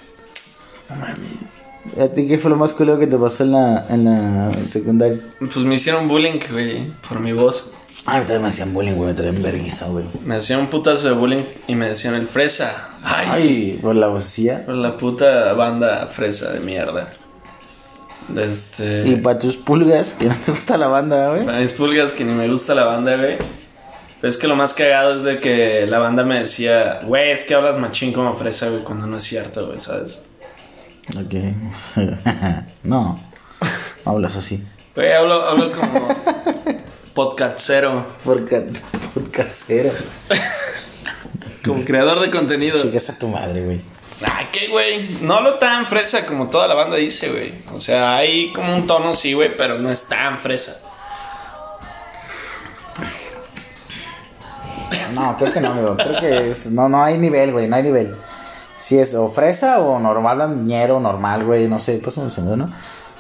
¿A ti qué fue lo más culero que te pasó en la, en la secundaria? Pues me hicieron bullying, güey, por mi voz. Ah, a mí también me hacían bullying, güey, me traían vergüenza, güey. Me hacían un putazo de bullying y me decían el fresa. Ay, Ay, por la vocía. por la puta banda fresa de mierda. Este... Y para tus pulgas, que no te gusta la banda, güey. Para mis pulgas, que ni me gusta la banda, güey. Pero es que lo más cagado es de que la banda me decía, güey, es que hablas machín como fresa, güey, cuando no es cierto, güey, ¿sabes? Ok. No, hablas así. Güey, hablo, hablo como podcastero. Podcast, podcastero. Como creador de contenido. Chicas a tu madre, güey. Ay, ¿qué, güey? No hablo tan fresa como toda la banda dice, güey. O sea, hay como un tono, sí, güey, pero no es tan fresa. No, creo que no, amigo. Creo que es, no, no hay nivel, güey, no hay nivel. Si es o fresa o normal, bañero, normal, güey, no sé, pásame el sonido, ¿no?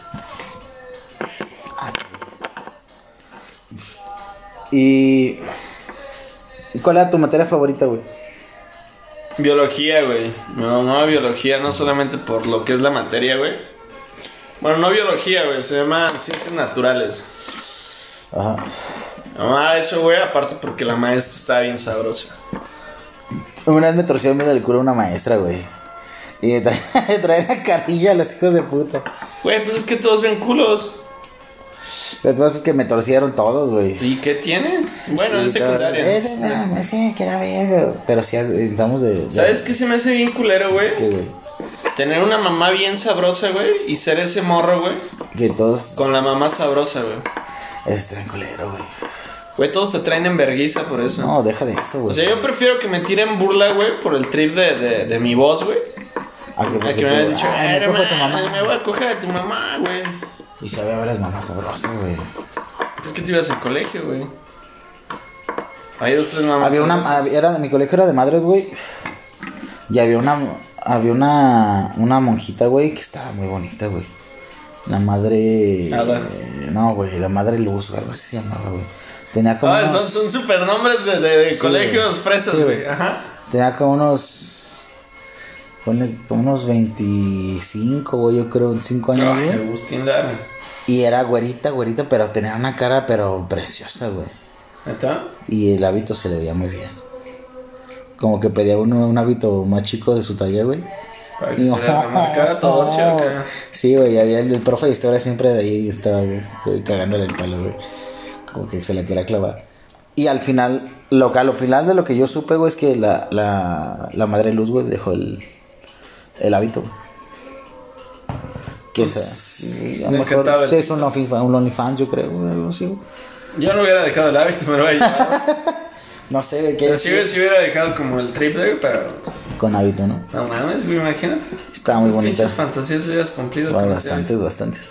Y... ¿Cuál era tu materia favorita, güey? Biología, güey. No, no, biología, no solamente por lo que es la materia, güey. Bueno, no biología, güey, se llama ciencias naturales. Ajá. Ah, eso, güey, aparte porque la maestra estaba bien sabrosa. Una vez me torció medio el culo una maestra, güey. Y me trae, me trae la carrilla a los hijos de puta. Güey, pues es que todos ven culos. Pero pasa es que me torcieron todos, güey. ¿Y qué tiene? Bueno, es secundaria. Ese no, no sé, queda bien, pero sí, estamos de... de ¿Sabes qué se me hace bien culero, güey? ¿Qué, güey? Tener una mamá bien sabrosa, güey, y ser ese morro, güey. Que todos... Con la mamá sabrosa, güey. Es tan culero, güey. Güey, todos te traen en vergüenza por eso. No, deja de eso, güey. O sea, yo prefiero que me tiren burla, güey, por el trip de, de, de mi voz, güey. A que, A que me hayan dicho, ay, me "Ay, cojo a tu mamá, mamá. me voy a coger a tu mamá, güey. Y sabe a ver las mamás sabrosas, güey. Pues que te ibas al colegio, güey. Hay dos, tres mamás. Había una... sabrosas. Había, era, mi colegio era de madres, güey. Y había una... Había una... Una monjita, güey, que estaba muy bonita, güey. La madre... Ada. eh, no, güey, la madre Luz, o algo así se llamaba, güey. Tenía como Ah, unos... son, son super nombres de, de, de Sí, colegios güey. fresas, Sí, güey. güey. Ajá. Tenía como unos... Ponle como unos veinticinco, güey, yo creo, cinco años, Ay, güey. Agustín Lara. Y era güerita, güerita, pero tenía una cara, pero preciosa, güey. ¿Está? Y el hábito se le veía muy bien. Como que pedía uno un hábito más chico de su talla, güey. Para que Y se vea remarcada todo el acá. Sí, güey, había el, el profe de historia siempre de ahí estaba güey, cagándole el palo, güey. Como que se la quería clavar. Y al final, lo, al final de lo que yo supe, güey, es que la, la, la madre Luz, güey, dejó el, el hábito. Que Pues, esa, a ¿de lo qué mejor tal? sí, es un OnlyFans, un OnlyFans, yo creo, güey, algo así, güey. Yo no hubiera dejado el hábito, pero güey. No sé, güey, O qué sea, si hubiera, si hubiera dejado como el triple, güey, pero. con hábito, ¿no? No mames, güey, imagínate. Estaba muy Tus bonita. pinches fantasías hubieras cumplido. Bueno, con ese bastantes, hábito. bastantes.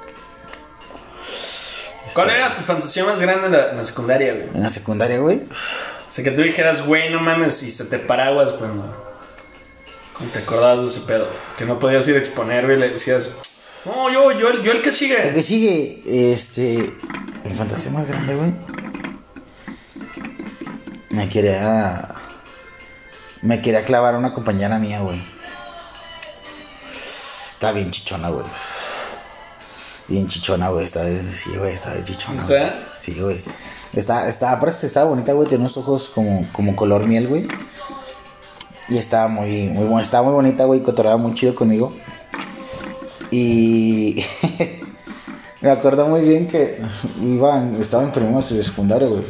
¿Cuál era tu fantasía más grande en la, en la secundaria, güey? En la secundaria, güey. O sea, que tú dijeras, güey, no mames, y se te paraguas cuando, cuando te acordabas de ese pedo. Que no podías ir a exponer, güey, le decías, no, yo, yo, el- yo el que El sigue. que sigue, este. Mi fantasía más grande, güey. Me quería. Me quería clavar a una compañera mía, güey. Está bien chichona, güey. Bien chichona, güey. Está, sí, güey, está bien chichona, güey. ¿Neta? Sí, güey. Está, está, aparte estaba bonita, güey. Tenía unos ojos como, como color miel, güey. Y estaba muy, muy buena. Estaba muy bonita, güey. Cotorreaba muy chido conmigo. Y me acuerdo muy bien que iba, estaba en primero de secundaria, güey.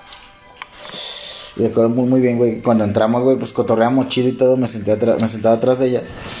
Y me acuerdo muy, muy bien, güey. Cuando entramos, güey, pues cotorreamos chido y todo. Me senté atrás, me sentaba atrás de ella.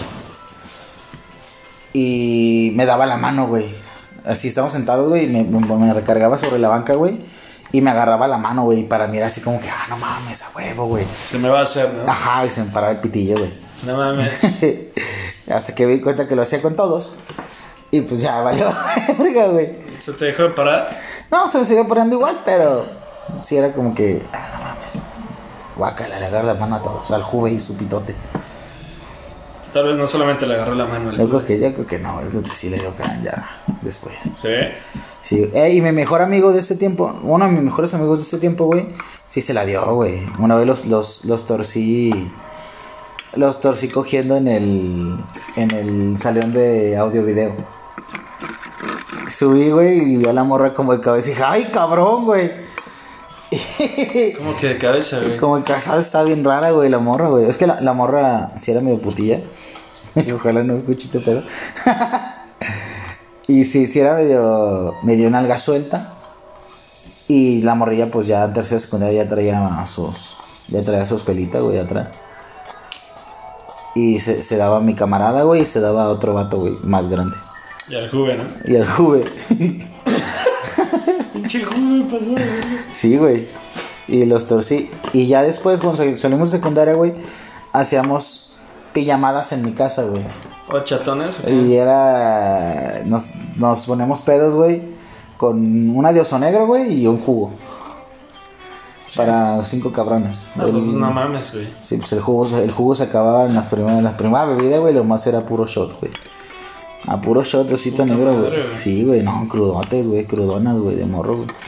Y me daba la mano, güey. Así estábamos sentados, güey. Y me, me, me recargaba sobre la banca, güey. Y me agarraba la mano, güey. Y para mí era así como que, ah, no mames, a huevo, güey. Se me va a hacer, ¿no? Ajá, y se me paraba el pitillo, güey. No mames. Hasta que me di cuenta que lo hacía con todos. Y pues ya valió verga, güey. ¿Se te dejó de parar? No, se me seguía poniendo igual, pero sí era como que, ah, no mames. Guácala, le agarra la mano a todos, al Juve y su pitote. Tal vez no solamente le agarró la mano al Yo creo que, yo creo que no, yo creo que sí le dio can ya después. Sí. Sí, eh, y mi mejor amigo de ese tiempo, uno de mis mejores amigos de ese tiempo, güey, sí se la dio, güey. Una vez los, los, los torcí, los torcí cogiendo en el, en el salón de audio-video. Subí, güey, y vi a la morra como de cabeza y dije, ¡ay, cabrón, güey! Como que de cabeza, güey. Como el casado está bien rara, güey, la morra, güey. Es que la, la morra sí era medio putilla. Y ojalá no escuche este pedo. Y sí, sí era medio, medio nalga suelta. Y la morrilla, pues ya en tercera secundaria ya traía sus, ya traía sus pelitas, güey, atrás. Y se, se daba a mi camarada, güey, y se daba a otro vato, güey, más grande. Y al Juve, ¿no? Y al Juve. Pinche Juve pasó, güey. Sí, güey. Y los torcí. Y ya después, cuando salimos de secundaria, güey, hacíamos pijamadas en mi casa, güey. ¿O chatones? ¿O y era... Nos, nos ponemos pedos, güey, con una de oso negro, güey, y un jugo. Sí. Para cinco cabrones. No, el, pues no mames, güey. Sí, pues el jugo, el jugo se acababa en las primeras, las primeras bebidas, güey, lo más era puro shot, güey. A puro shot, osito negro, güey. Sí, güey, no, crudotes, güey, crudonas, güey, de morro, güey.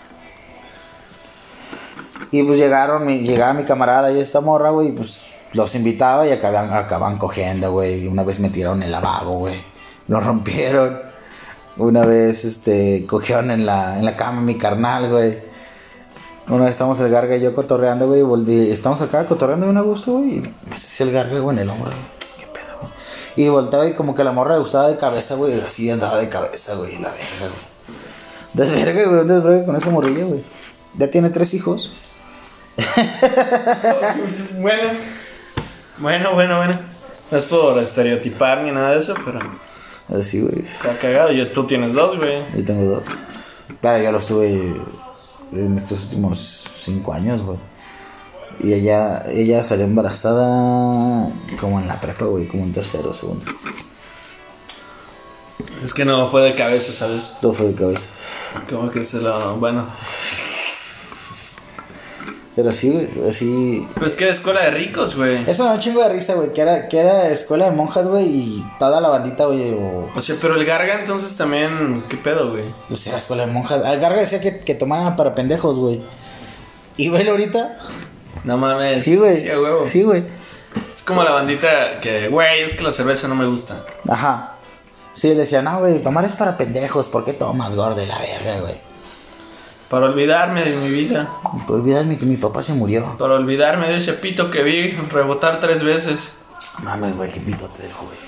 Y pues llegaron, mi, llegaba mi camarada y esta morra, güey, pues los invitaba y acaban, acaban cogiendo, güey. Una vez me tiraron el lavabo, güey. Lo rompieron. Una vez, este, cogieron en la, en la cama mi carnal, güey. Una vez estamos el Garga y yo cotorreando, güey. Volví, estamos acá cotorreando bien a gusto, güey. Y me hacía el Garga, güey, en el hombro, güey. ¿Qué pedo, güey? Y volteaba y como que la morra le gustaba de cabeza, güey. Así andaba de cabeza, güey. La verga, güey. Desverga, güey. Desverga con esa morrilla, güey. Ya tiene tres hijos. Bueno, bueno, bueno, bueno. No es por estereotipar ni nada de eso, pero. Así, güey. Está cagado. Yo, tú tienes dos, güey. Yo tengo dos. Claro, ya los tuve en estos últimos cinco años, güey. Y ella, ella salió embarazada como en la prepa, güey, como en tercero o segundo. Es que no fue de cabeza, ¿sabes? Todo fue de cabeza. Como que se lo. Bueno. Pero sí, güey, así... Pues que era escuela de ricos, güey. Eso me da un chingo de risa, güey, que era, que era escuela de monjas, güey, y toda la bandita, güey, o... O sea, pero el Garga entonces también, ¿qué pedo, güey? Pues era escuela de monjas. El Garga decía que, que tomaran para pendejos, güey. Y, güey, ahorita... No mames. Sí, güey. Sí, a huevo. Sí, güey. Es como la bandita que, güey, es que la cerveza no me gusta. Ajá. Sí, le decía, no, güey, tomar es para pendejos, ¿por qué tomas, gordo, de la verga, güey? Para olvidarme de mi vida. Para olvidarme que mi papá se murió. Para olvidarme de ese pito que vi rebotar tres veces. Mames, güey, qué pito te dejo, güey.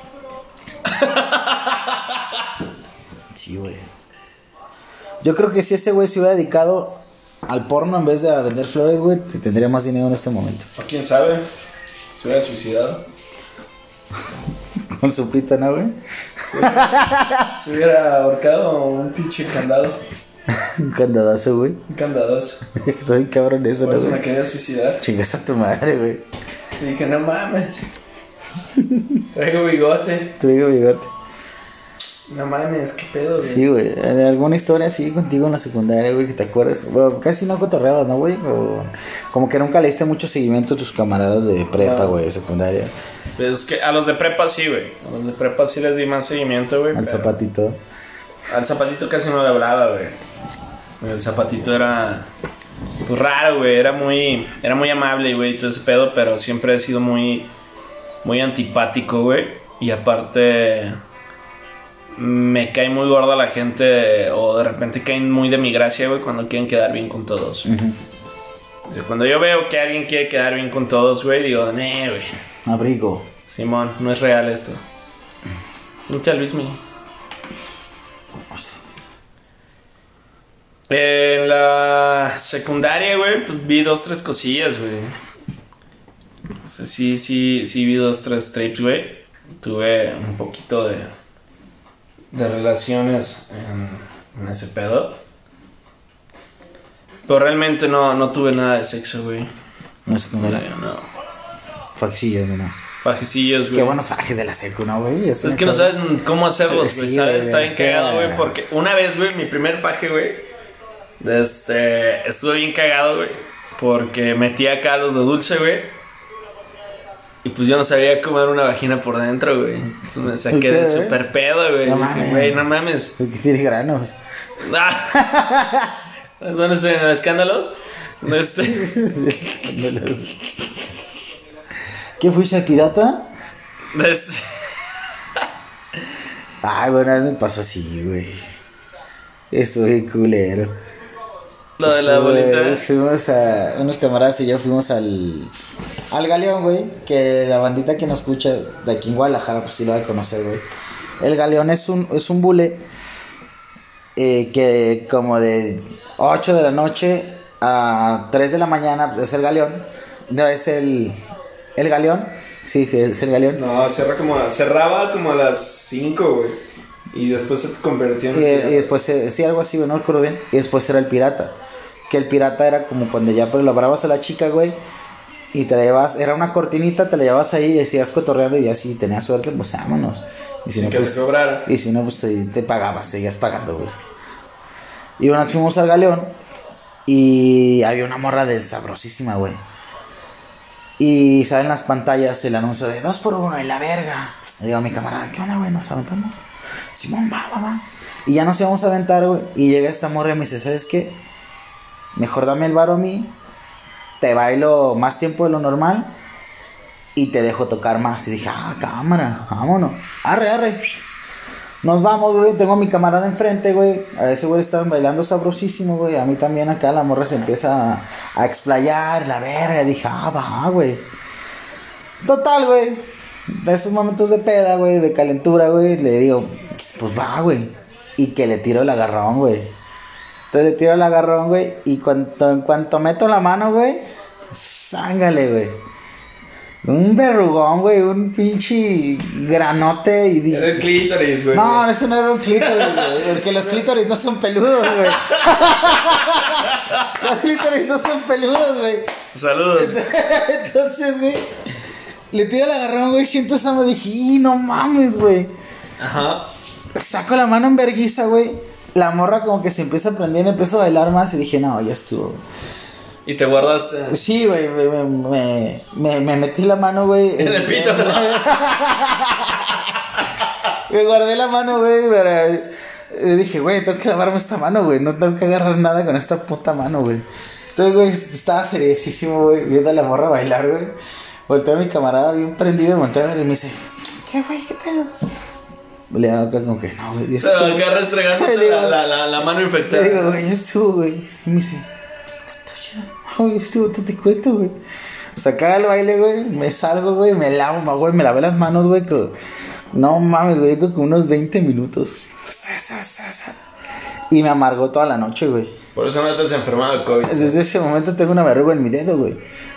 Sí, güey. Yo creo que si ese güey se hubiera dedicado al porno en vez de a vender flores, güey, te tendría más dinero en este momento. ¿O quién sabe? Se hubiera suicidado. Con su pita, ¿no, güey? Se hubiera ahorcado un pinche candado. Un candadazo, güey. Un candadazo. Estoy cabrón eso, Por ¿no, eso güey? me quería suicidar. Chingaste a tu madre, güey. Y dije, no mames. Traigo bigote. Traigo bigote. No mames, qué pedo, güey. Sí, güey. ¿Alguna historia así contigo en la secundaria, güey, que te acuerdas? Bueno, casi no cotorreabas, ¿no, güey? O como que nunca le diste mucho seguimiento a tus camaradas de prepa, güey, de secundaria. Pues es que a los de prepa sí, güey. A los de prepa sí les di más seguimiento, güey. Al pero... zapatito. Al zapatito casi no le hablaba, güey. El zapatito era... Pues raro, güey. Era muy... Era muy amable, güey, todo ese pedo. Pero siempre he sido muy... Muy antipático, güey. Y aparte... Me cae muy gorda la gente. O de repente caen muy de mi gracia, güey, cuando quieren quedar bien con todos. Uh-huh. O sea, cuando yo veo que alguien quiere quedar bien con todos, güey, digo, nee, güey. Abrigo. Simón, no es real esto. Mucha Luis mío. En la secundaria, güey, pues vi dos, tres cosillas, güey. O sea, sí, sí, sí vi dos, tres trips, güey. Tuve un poquito de... De relaciones en, en ese pedo. Pero realmente no, no tuve nada de sexo, güey. No sé cómo era. No. Fajecillos nomás. Fajecillos, güey. Qué buenos fajes de la secu, ¿no, güey? Es que no saben cómo hacerlos, güey, Sí, ¿sabes? güey, Está bien es que- cagado, güey, porque una vez, güey, mi primer faje, güey, este, estuve bien cagado, güey, porque metí acá los de dulce, güey, y pues yo no sabía cómo era una vagina por dentro, güey. Entonces me saqué ¿Qué, de eh? super pedo, güey. No Dije, mames. güey, no mames. Que tiene granos. Ah. ¿Dónde estoy? ¿En los escándalos? Este... ¿Qué fuiste pirata? este... Ay, bueno, me pasó así, güey. Estuve culero. Lo de la bolita. Pues, fuimos a... Unos camaradas y yo fuimos al... Al Galeón, güey. Que la bandita que nos escucha de aquí en Guadalajara, pues sí lo va a conocer, güey. El galeón es un, es un bule eh, que como de ocho de la noche a tres de la mañana pues, es el galeón. No, es el, el galeón. Sí, sí, es el galeón. No, cerra como a- cerraba como a las cinco, güey. Y después se convertía en Y, pirata. y después, eh, sí, algo así, güey, no recuerdo bien. Y después era el pirata. Que el pirata era como cuando ya pues, labrabas a la chica, güey. Y te la llevabas, era una cortinita, te la llevabas ahí y decías cotorreando. Y ya si tenías suerte, pues vámonos. Y si Sin no, que pues. te cobrara. Y si no, pues ahí te pagabas, seguías pagando, güey. Y una vez fuimos al galeón. Y había una morra de sabrosísima, güey. Y sale en las pantallas el anuncio de dos por uno y la verga. Le digo a mi camarada, ¿qué onda, güey? ¿Nos aventamos? Simón, va, va, va. Y ya nos íbamos a aventar, güey. Y llega esta morra y me dice, ¿sabes qué? Mejor dame el varo a mí. Te bailo más tiempo de lo normal. Y te dejo tocar más. Y dije, ah, cámara, vámonos. Arre, arre. Nos vamos, güey. Tengo a mi camarada enfrente, güey. A ese güey estaban bailando sabrosísimo, güey. A mí también acá la morra se empieza a, a explayar, la verga. Dije, ah, va, güey. Total, güey. De esos momentos de peda, güey, de calentura, güey. Le digo, pues va, güey. Y que le tiro el agarrón, güey. Entonces le tiro el agarrón, güey. Y cuanto, en cuanto meto la mano, güey, sángale, güey. Un verrugón, güey, un pinche granote y... di- Era el clítoris, güey. No, eso no era un clítoris, güey, porque los clítoris no son peludos, güey. Los clítoris no son peludos, güey. Saludos. Entonces, güey, le tiro el agarrón, güey, siento esa mano, dije, "Y no mames, güey." Ajá. Saco la mano en verguiza, güey. La morra como que se empieza a prender, empieza a bailar más y dije, no, ya estuvo. Y te guardaste. Sí, güey, me, me, me, me, me metí la mano, güey. En el pito. Me guardé la mano, güey, pero eh, dije, güey, tengo que lavarme esta mano, güey. No tengo que agarrar nada con esta puta mano, güey. Entonces, güey, estaba seriosísimo, güey, viendo a la morra bailar, güey. Volteo a mi camarada bien prendido, me volteo a ver y me dice, ¿qué, güey? ¿Qué pedo? Le hago acá como que no, güey. Te agarras restregándote Le digo- la, la, la, la mano Le infectada. digo, güey, yo estuvo, güey. Y me dice, está chido. Güey, estuvo, te, te cuento, güey. Saca el baile, güey. Me salgo, güey. Me lavo, güey. Me lavé las manos, güey. Que... No mames, güey. Yo creo que unos veinte minutos. Y me amargó toda la noche, güey. Por eso no te has enfermado de COVID. Desde ese momento tengo una verruga en mi dedo, güey.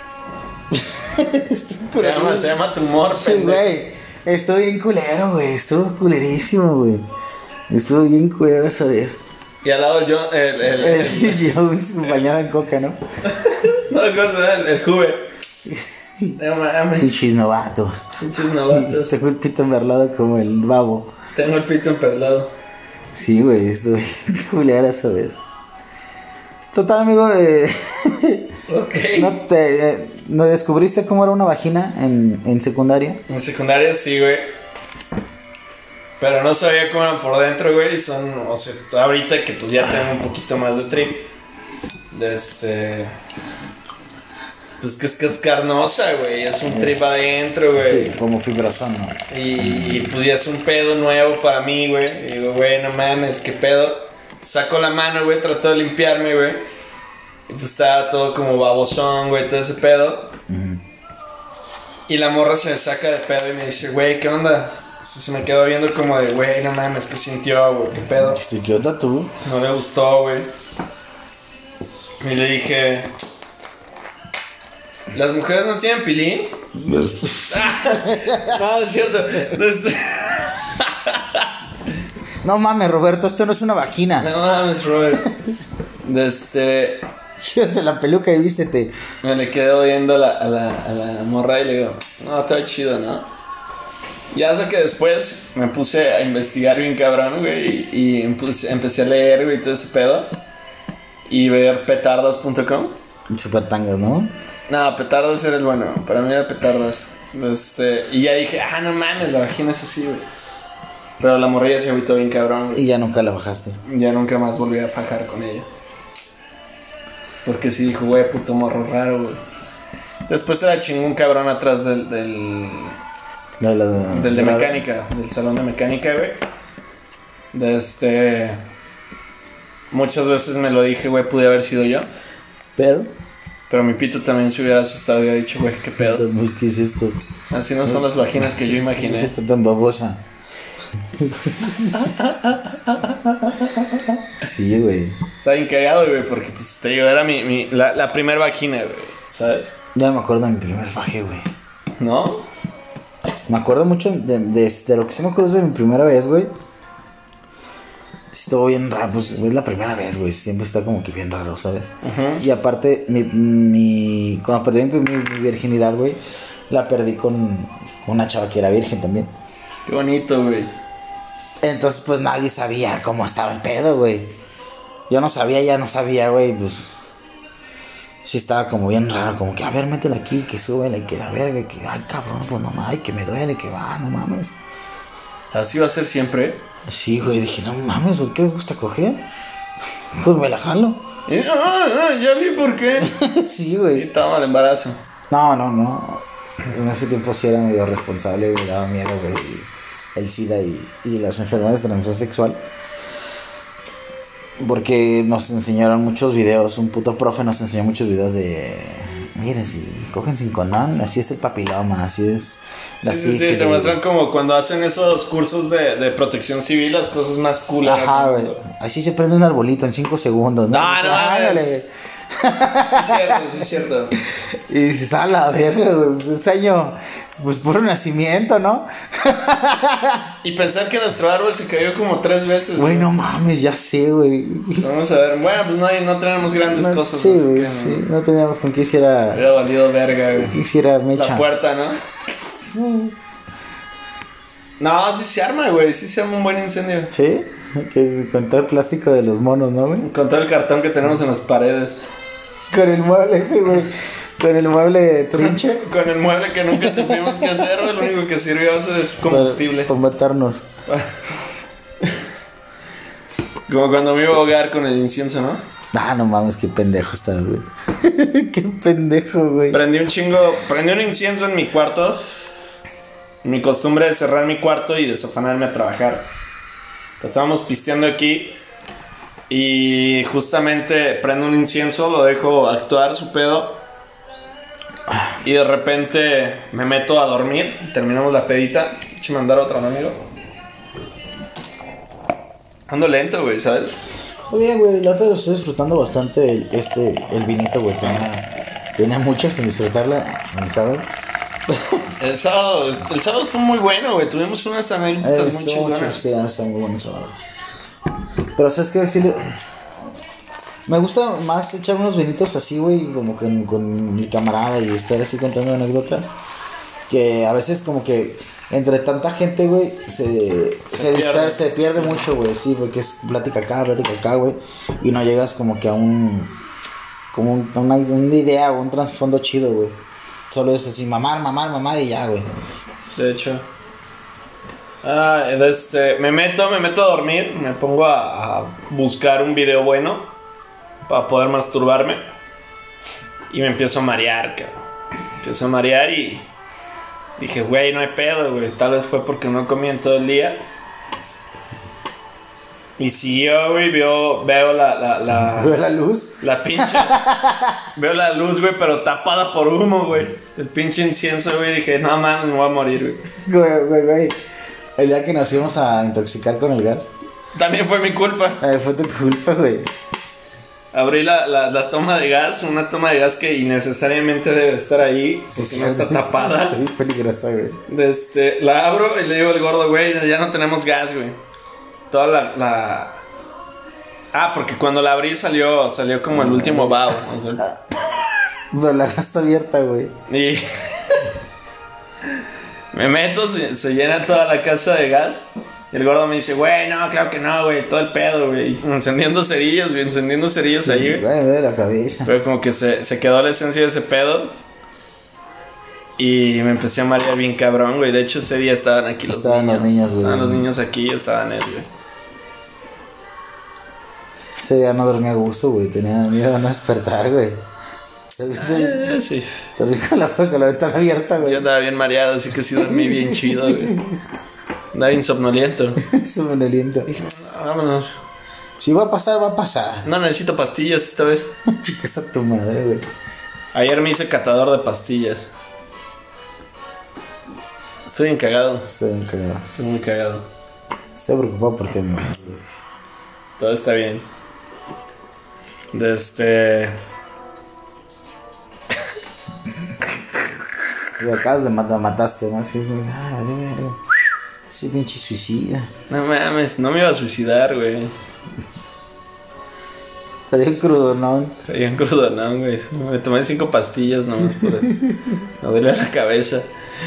Se llama, se llama tumor, Sí, pendejo. güey. Estuvo bien culero, güey. Estuvo culerísimo, güey. Estuvo bien culero esa vez. Y al lado el John, el, el, el, El Jones bañado en coca, ¿no? no, cosa, el, el Juve. No mames, Pinches novatos. pinches novatos. Tengo el pito enverlado como el babo. Tengo el pito emperlado. Sí, güey, estuve culera esa vez. Total, amigo, eh, Ok. ¿no te eh, ¿no descubriste cómo era una vagina en, en secundaria? En secundaria sí, güey. Pero no sabía cómo eran por dentro, güey. Y son, o sea, ahorita que pues ya tengo un poquito más de trip. De este. Pues que es que es carnosa, güey. Es un trip adentro, güey. Sí, como fibrosón, ¿no? Y, y pues ya es un pedo nuevo para mí, güey. Y digo, güey, no mames, qué pedo. Saco la mano, güey, trato de limpiarme, güey. Y pues estaba todo como babosón, güey, todo ese pedo. Uh-huh. Y la morra se me saca de pedo y me dice, güey, ¿qué onda? O sea, se me quedó viendo como de, güey, no mames, ¿qué sintió, güey? ¿Qué pedo? Este, ¿qué onda tú? No le gustó, güey. Y le dije, ¿las mujeres no tienen pilín? No, no es cierto. Entonces, No mames, Roberto, esto no es una vagina. no mames, Robert. Este, Quítate la peluca y vístete. me le quedo viendo a la, a, la, a la morra y le digo, no, está chido, ¿no? Ya hasta que después me puse a investigar bien cabrón, güey, y, y empecé, empecé a leer, güey, todo ese pedo. Y ver petardos punto com. Super tangas, ¿no? No, petardos era el bueno, para mí era petardos. Este, y ya dije, ah, no mames, la vagina es así, güey. Pero la morrilla se agüitó bien cabrón, güey. Y ya nunca la bajaste. Ya nunca más volví a fajar con ella. Porque sí dijo, güey, puto morro raro, güey. Después era chingón cabrón atrás del, del, De la, del de la- mecánica, del salón de mecánica, güey. De este... Muchas veces me lo dije, güey, pude haber sido yo. Pero, Pero mi pito también se hubiera asustado y hubiera dicho, güey, qué pedo. pues, ¿qué es esto? Así no son las vaginas que yo imaginé. Está tan babosa. Sí, güey. Está bien cagado, güey, porque pues te digo, era mi, mi, la, la primera vagina, güey, ¿sabes? Ya me acuerdo de mi primer faje, güey. ¿No? Me acuerdo mucho de, de, de lo que sí me acuerdo de mi primera vez, güey. Estuvo bien raro, pues es la primera vez, güey. Siempre está como que bien raro, ¿sabes? Uh-huh. Y aparte, mi, mi cuando perdí mi, mi virginidad, güey, la perdí con una chava que era virgen también. Qué bonito, güey. Entonces, pues nadie sabía cómo estaba el pedo, güey. Yo no sabía, ya no sabía, güey, pues. Sí estaba como bien raro, como que, a ver, métela aquí, que súbela, que la verga, que, ay, cabrón, pues no mames, que me duele, que va, no mames. Así va a ser siempre. Sí, güey, dije, no mames, ¿por qué les gusta coger? Pues me la jalo. Y, ah, ah, ya vi por qué. Sí, Y güey. estaba el embarazo. No, no, no. En ese tiempo sí era medio responsable, me daba miedo, güey. El SIDA y, y las enfermedades de transmisión sexual. Porque nos enseñaron muchos videos, un puto profe nos enseñó muchos videos de... Miren, si cogen sin condón, así es el papiloma, así es... Sí, sí, sí, te muestran como cuando hacen esos cursos de, de protección civil, las cosas más cool. Ajá, güey. Así se prende un arbolito en cinco segundos, ¿no? No, no, Ándale. Sí es cierto, sí es cierto. Y dices, a la verga, güey, pues este año, pues puro nacimiento, ¿no? Y pensar que nuestro árbol se cayó como tres veces. Güey, no mames, ya sé, güey. Vamos a ver, bueno, pues no, hay, no tenemos grandes No, cosas. sí, así güey, que, sí, no teníamos con qué hiciera... Hubiera valido verga, güey. Quisiera mecha. La puerta, ¿no? No, sí se arma, güey, sí se arma un buen incendio. ¿Sí? Que es con todo el plástico de los monos, ¿no, güey? Con todo el cartón que tenemos en las paredes. Con el mueble ese, güey. Con el mueble de trinche. Con el mueble que nunca supimos qué hacer, güey. Lo único que sirvió eso es combustible. Para, para matarnos. Como cuando me iba a ahogar con el incienso, ¿no? Ah, no mames, qué pendejo está, güey. Qué pendejo, güey. Prendí un chingo, prendí un incienso en mi cuarto. Mi costumbre es cerrar mi cuarto y desafanarme a trabajar. Pues estábamos pisteando aquí y justamente prendo un incienso, lo dejo actuar su pedo y de repente me meto a dormir. Terminamos la pedita. Eche mandar otra, ¿no, amigo? Ando lento, güey, ¿sabes? Está bien, güey. La otra vez estoy disfrutando bastante el, este, el vinito, güey. Tenía, tenía mucho sin disfrutarla, ¿sabes? El sábado, el sábado estuvo muy bueno, güey. Tuvimos unas anécdotas Eh, muy estuvo mucho, chingonas. sí, está muy bueno el sábado. Pero, ¿sabes qué? Sí, le- me gusta más echar unos vinitos así, güey, como que con, con mi camarada y estar así contando anécdotas. Que a veces como que entre tanta gente, güey, se, Se se, disper- pierde. se pierde mucho, güey, sí, porque es plática acá, plática acá, güey. Y no llegas como que a un... como un- a una, una idea o un trasfondo chido, güey. Solo es así, mamar, mamar, mamar y ya, güey. De hecho. Ah, este, me meto, me meto a dormir, me pongo a, a buscar un video bueno para poder masturbarme y me empiezo a marear, cabrón. Empiezo a marear y dije, güey, no hay pedo, güey. Tal vez fue porque no comí en todo el día. Y siguió, güey, veo, veo la, la, la, ¿Veo la luz? la pinche. Veo la luz, güey, pero tapada por humo, güey. El pinche incienso, güey. Dije, no, man, me voy a morir, güey. Güey, güey, güey. El día que nos íbamos a intoxicar con el gas. También fue mi culpa. Eh, fue tu culpa, güey. Abrí la, la, la toma de gas, una toma de gas que innecesariamente debe estar ahí, porque no está tapada. Está bien peligrosa, güey. Este, la abro y le digo al gordo, güey, ya no tenemos gas, güey. Toda la, la... Ah, porque cuando la abrí salió, salió como el último vaho. O sea, Pero la gas está abierta, güey. y... me meto, se, se llena toda la casa de gas. Y el gordo me dice, güey, no, claro que no, güey, todo el pedo, güey. Encendiendo cerillos, güey, encendiendo cerillos ahí, güey. Güey, me duele la cabeza. Pero como que se, se quedó la esencia de ese pedo. Y me empecé a marear bien cabrón, güey. De hecho, ese día estaban aquí los Estaban niños. los niños, güey. Estaban los niños aquí y estaban él, güey. Ese día no dormí a gusto, güey. Tenía miedo a no despertar, güey. Eh, sí. Dormí con la, con la ventana abierta, Yo güey. andaba bien mareado, así que sí dormí bien chido, güey. Andaba insomnoliento. Eso me aliento. Dije, vámonos. Si va a pasar, va a pasar. No necesito pastillas esta vez. Chicas a tu madre, güey. Ayer me hice catador de pastillas. Estoy bien cagado. Estoy bien cagado. Estoy muy cagado. Estoy preocupado por ti, amigo. Todo está bien. De este... Y acabas de matar, mataste, ¿no? Sí, güey. Ah, vale, vale. Sí, pinche suicida. No mames, no me iba a suicidar, güey. Estaría un crudo, ¿no? Traía un crudonón, güey. Me tomé cinco pastillas nomás por... Me duele la cabeza.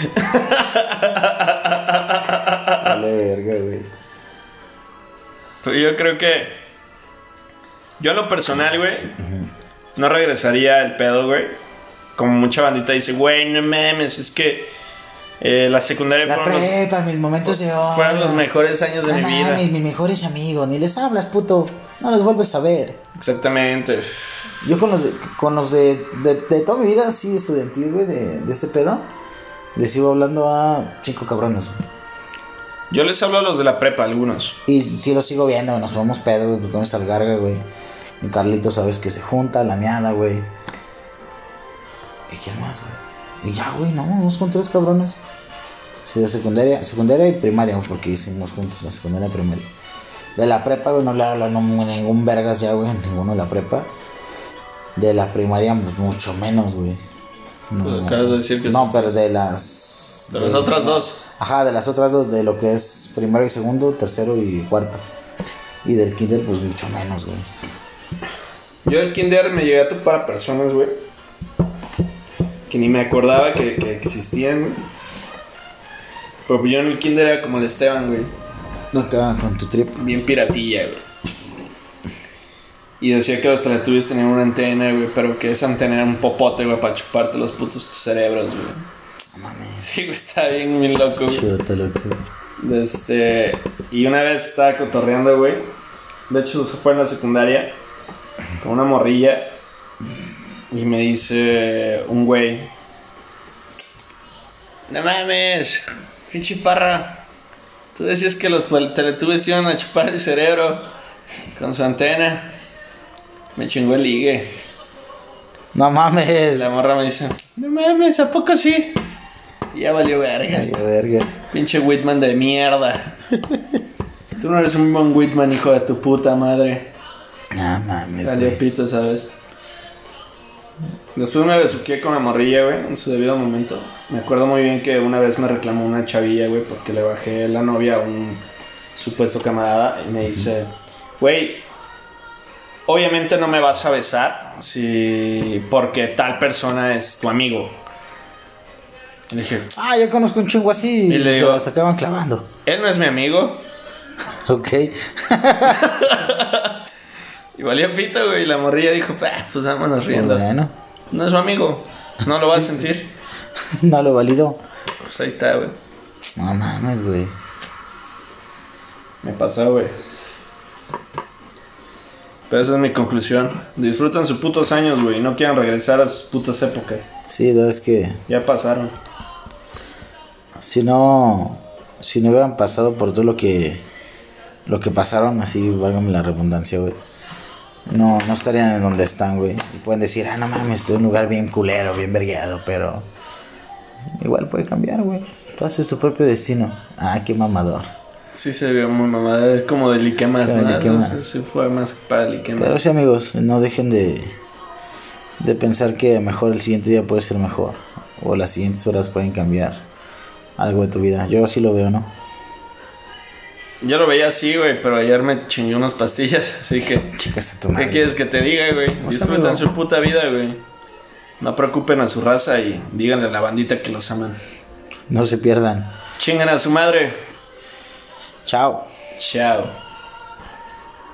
Vale, verga, güey. Pero yo creo que... Yo en lo personal, güey, uh-huh. no regresaría el pedo, güey. Como mucha bandita dice, güey, no mames, es que eh, la secundaria la fueron, prepa, los, mis momentos de oro. Fueron los mejores años de no, mi mames, vida. Mis, mis mejores amigos, ni les hablas, puto. No los vuelves a ver. Exactamente. Yo con los de, con los de, de, de toda mi vida, así estudiantil, güey, de, de ese pedo, les sigo hablando a cinco cabrones, güey. Yo les hablo a los de la prepa, algunos. Y sí los sigo viendo, güey, nos ponemos pedo, güey, porque al garga, güey. Y Carlito, sabes que se junta, la miada, güey. ¿Y quién más, güey? Y ya, güey, no, vamos con tres cabrones. Sí, de secundaria, secundaria y primaria, porque hicimos juntos la secundaria y primaria. De la prepa, güey, no le hablo a ningún vergas ya, güey, ninguno de la prepa. De la primaria, pues mucho menos, güey. No, pues acabas de decir que no, pero de las... De, de las otras dos. Ajá, de las otras dos, de lo que es primero y segundo, tercero y cuarto. Y del kinder, pues mucho menos, güey. Yo del kinder me llegué a topar a personas, güey, que ni me acordaba que, que existían, güey. Pero yo en el kinder era como el Esteban, güey. No acaban con tu trip. Bien piratilla, güey. Y decía que los Teletubbies tenían una antena, güey, pero que esa antena era un popote, güey, para chuparte los putos cerebros, güey. Mames. Sí, güey, estaba bien, bien loco, güey. Chúdate, loco. Este... Y una vez estaba cotorreando, güey. De hecho, se fue en la secundaria con una morrilla. Y me dice un güey, no mames, pinche parra, tú decías que los Teletubbies iban a chupar el cerebro con su antena. Me chingó el ligue. No mames. La morra me dice, no mames, ¿a poco sí? Y ya valió vergas. Valió verga. Pinche Whitman de mierda. Tú no eres un buen Whitman, hijo de tu puta madre. No mames. Valió pito, ¿sabes? Después me besuqué con la morrilla, güey, en su debido momento. Me acuerdo muy bien que una vez me reclamó una chavilla, güey, porque le bajé la novia a un supuesto camarada. Y me dice, güey, obviamente no me vas a besar si porque tal persona es tu amigo. Y le dije, ah, yo conozco un chingo así. Y, y le se digo, las acaban clavando. Él no es mi amigo. Ok. Y valía pito, güey. Y la morrilla dijo, pues vámonos riendo. Bueno. No es su amigo. No lo va a sentir. No lo validó. Pues ahí está, güey. No mames, güey. Me pasó, güey. Pero esa es mi conclusión. Disfrutan sus putos años, güey. Y no quieran regresar a sus putas épocas. Sí, no, es que... Ya pasaron. Si no... Si no hubieran pasado por todo lo que... Lo que pasaron, así, válgame la redundancia, güey. No, no estarían en donde están, güey. Y pueden decir, ah, no mames, estoy en un lugar bien culero, bien vergueado, pero... Igual puede cambiar, güey. Tú haces tu propio destino. Ah, qué mamador. Sí se vio muy mamada. Es como de liquemas, Como ¿no? liquemas. Eso sí fue más para liquemas. Pero sí, amigos, no dejen de... De pensar que mejor el siguiente día puede ser mejor. O las siguientes horas pueden cambiar algo de tu vida. Yo así lo veo, ¿no? Yo lo veía así, güey, pero ayer me chingué unas pastillas, así que... Chicas a tu madre. ¿Qué quieres que te diga, güey? Disfrutan su puta vida, güey. No preocupen a su raza y díganle a la bandita que los aman. No se pierdan. Chingan a su madre. Chao. Chao.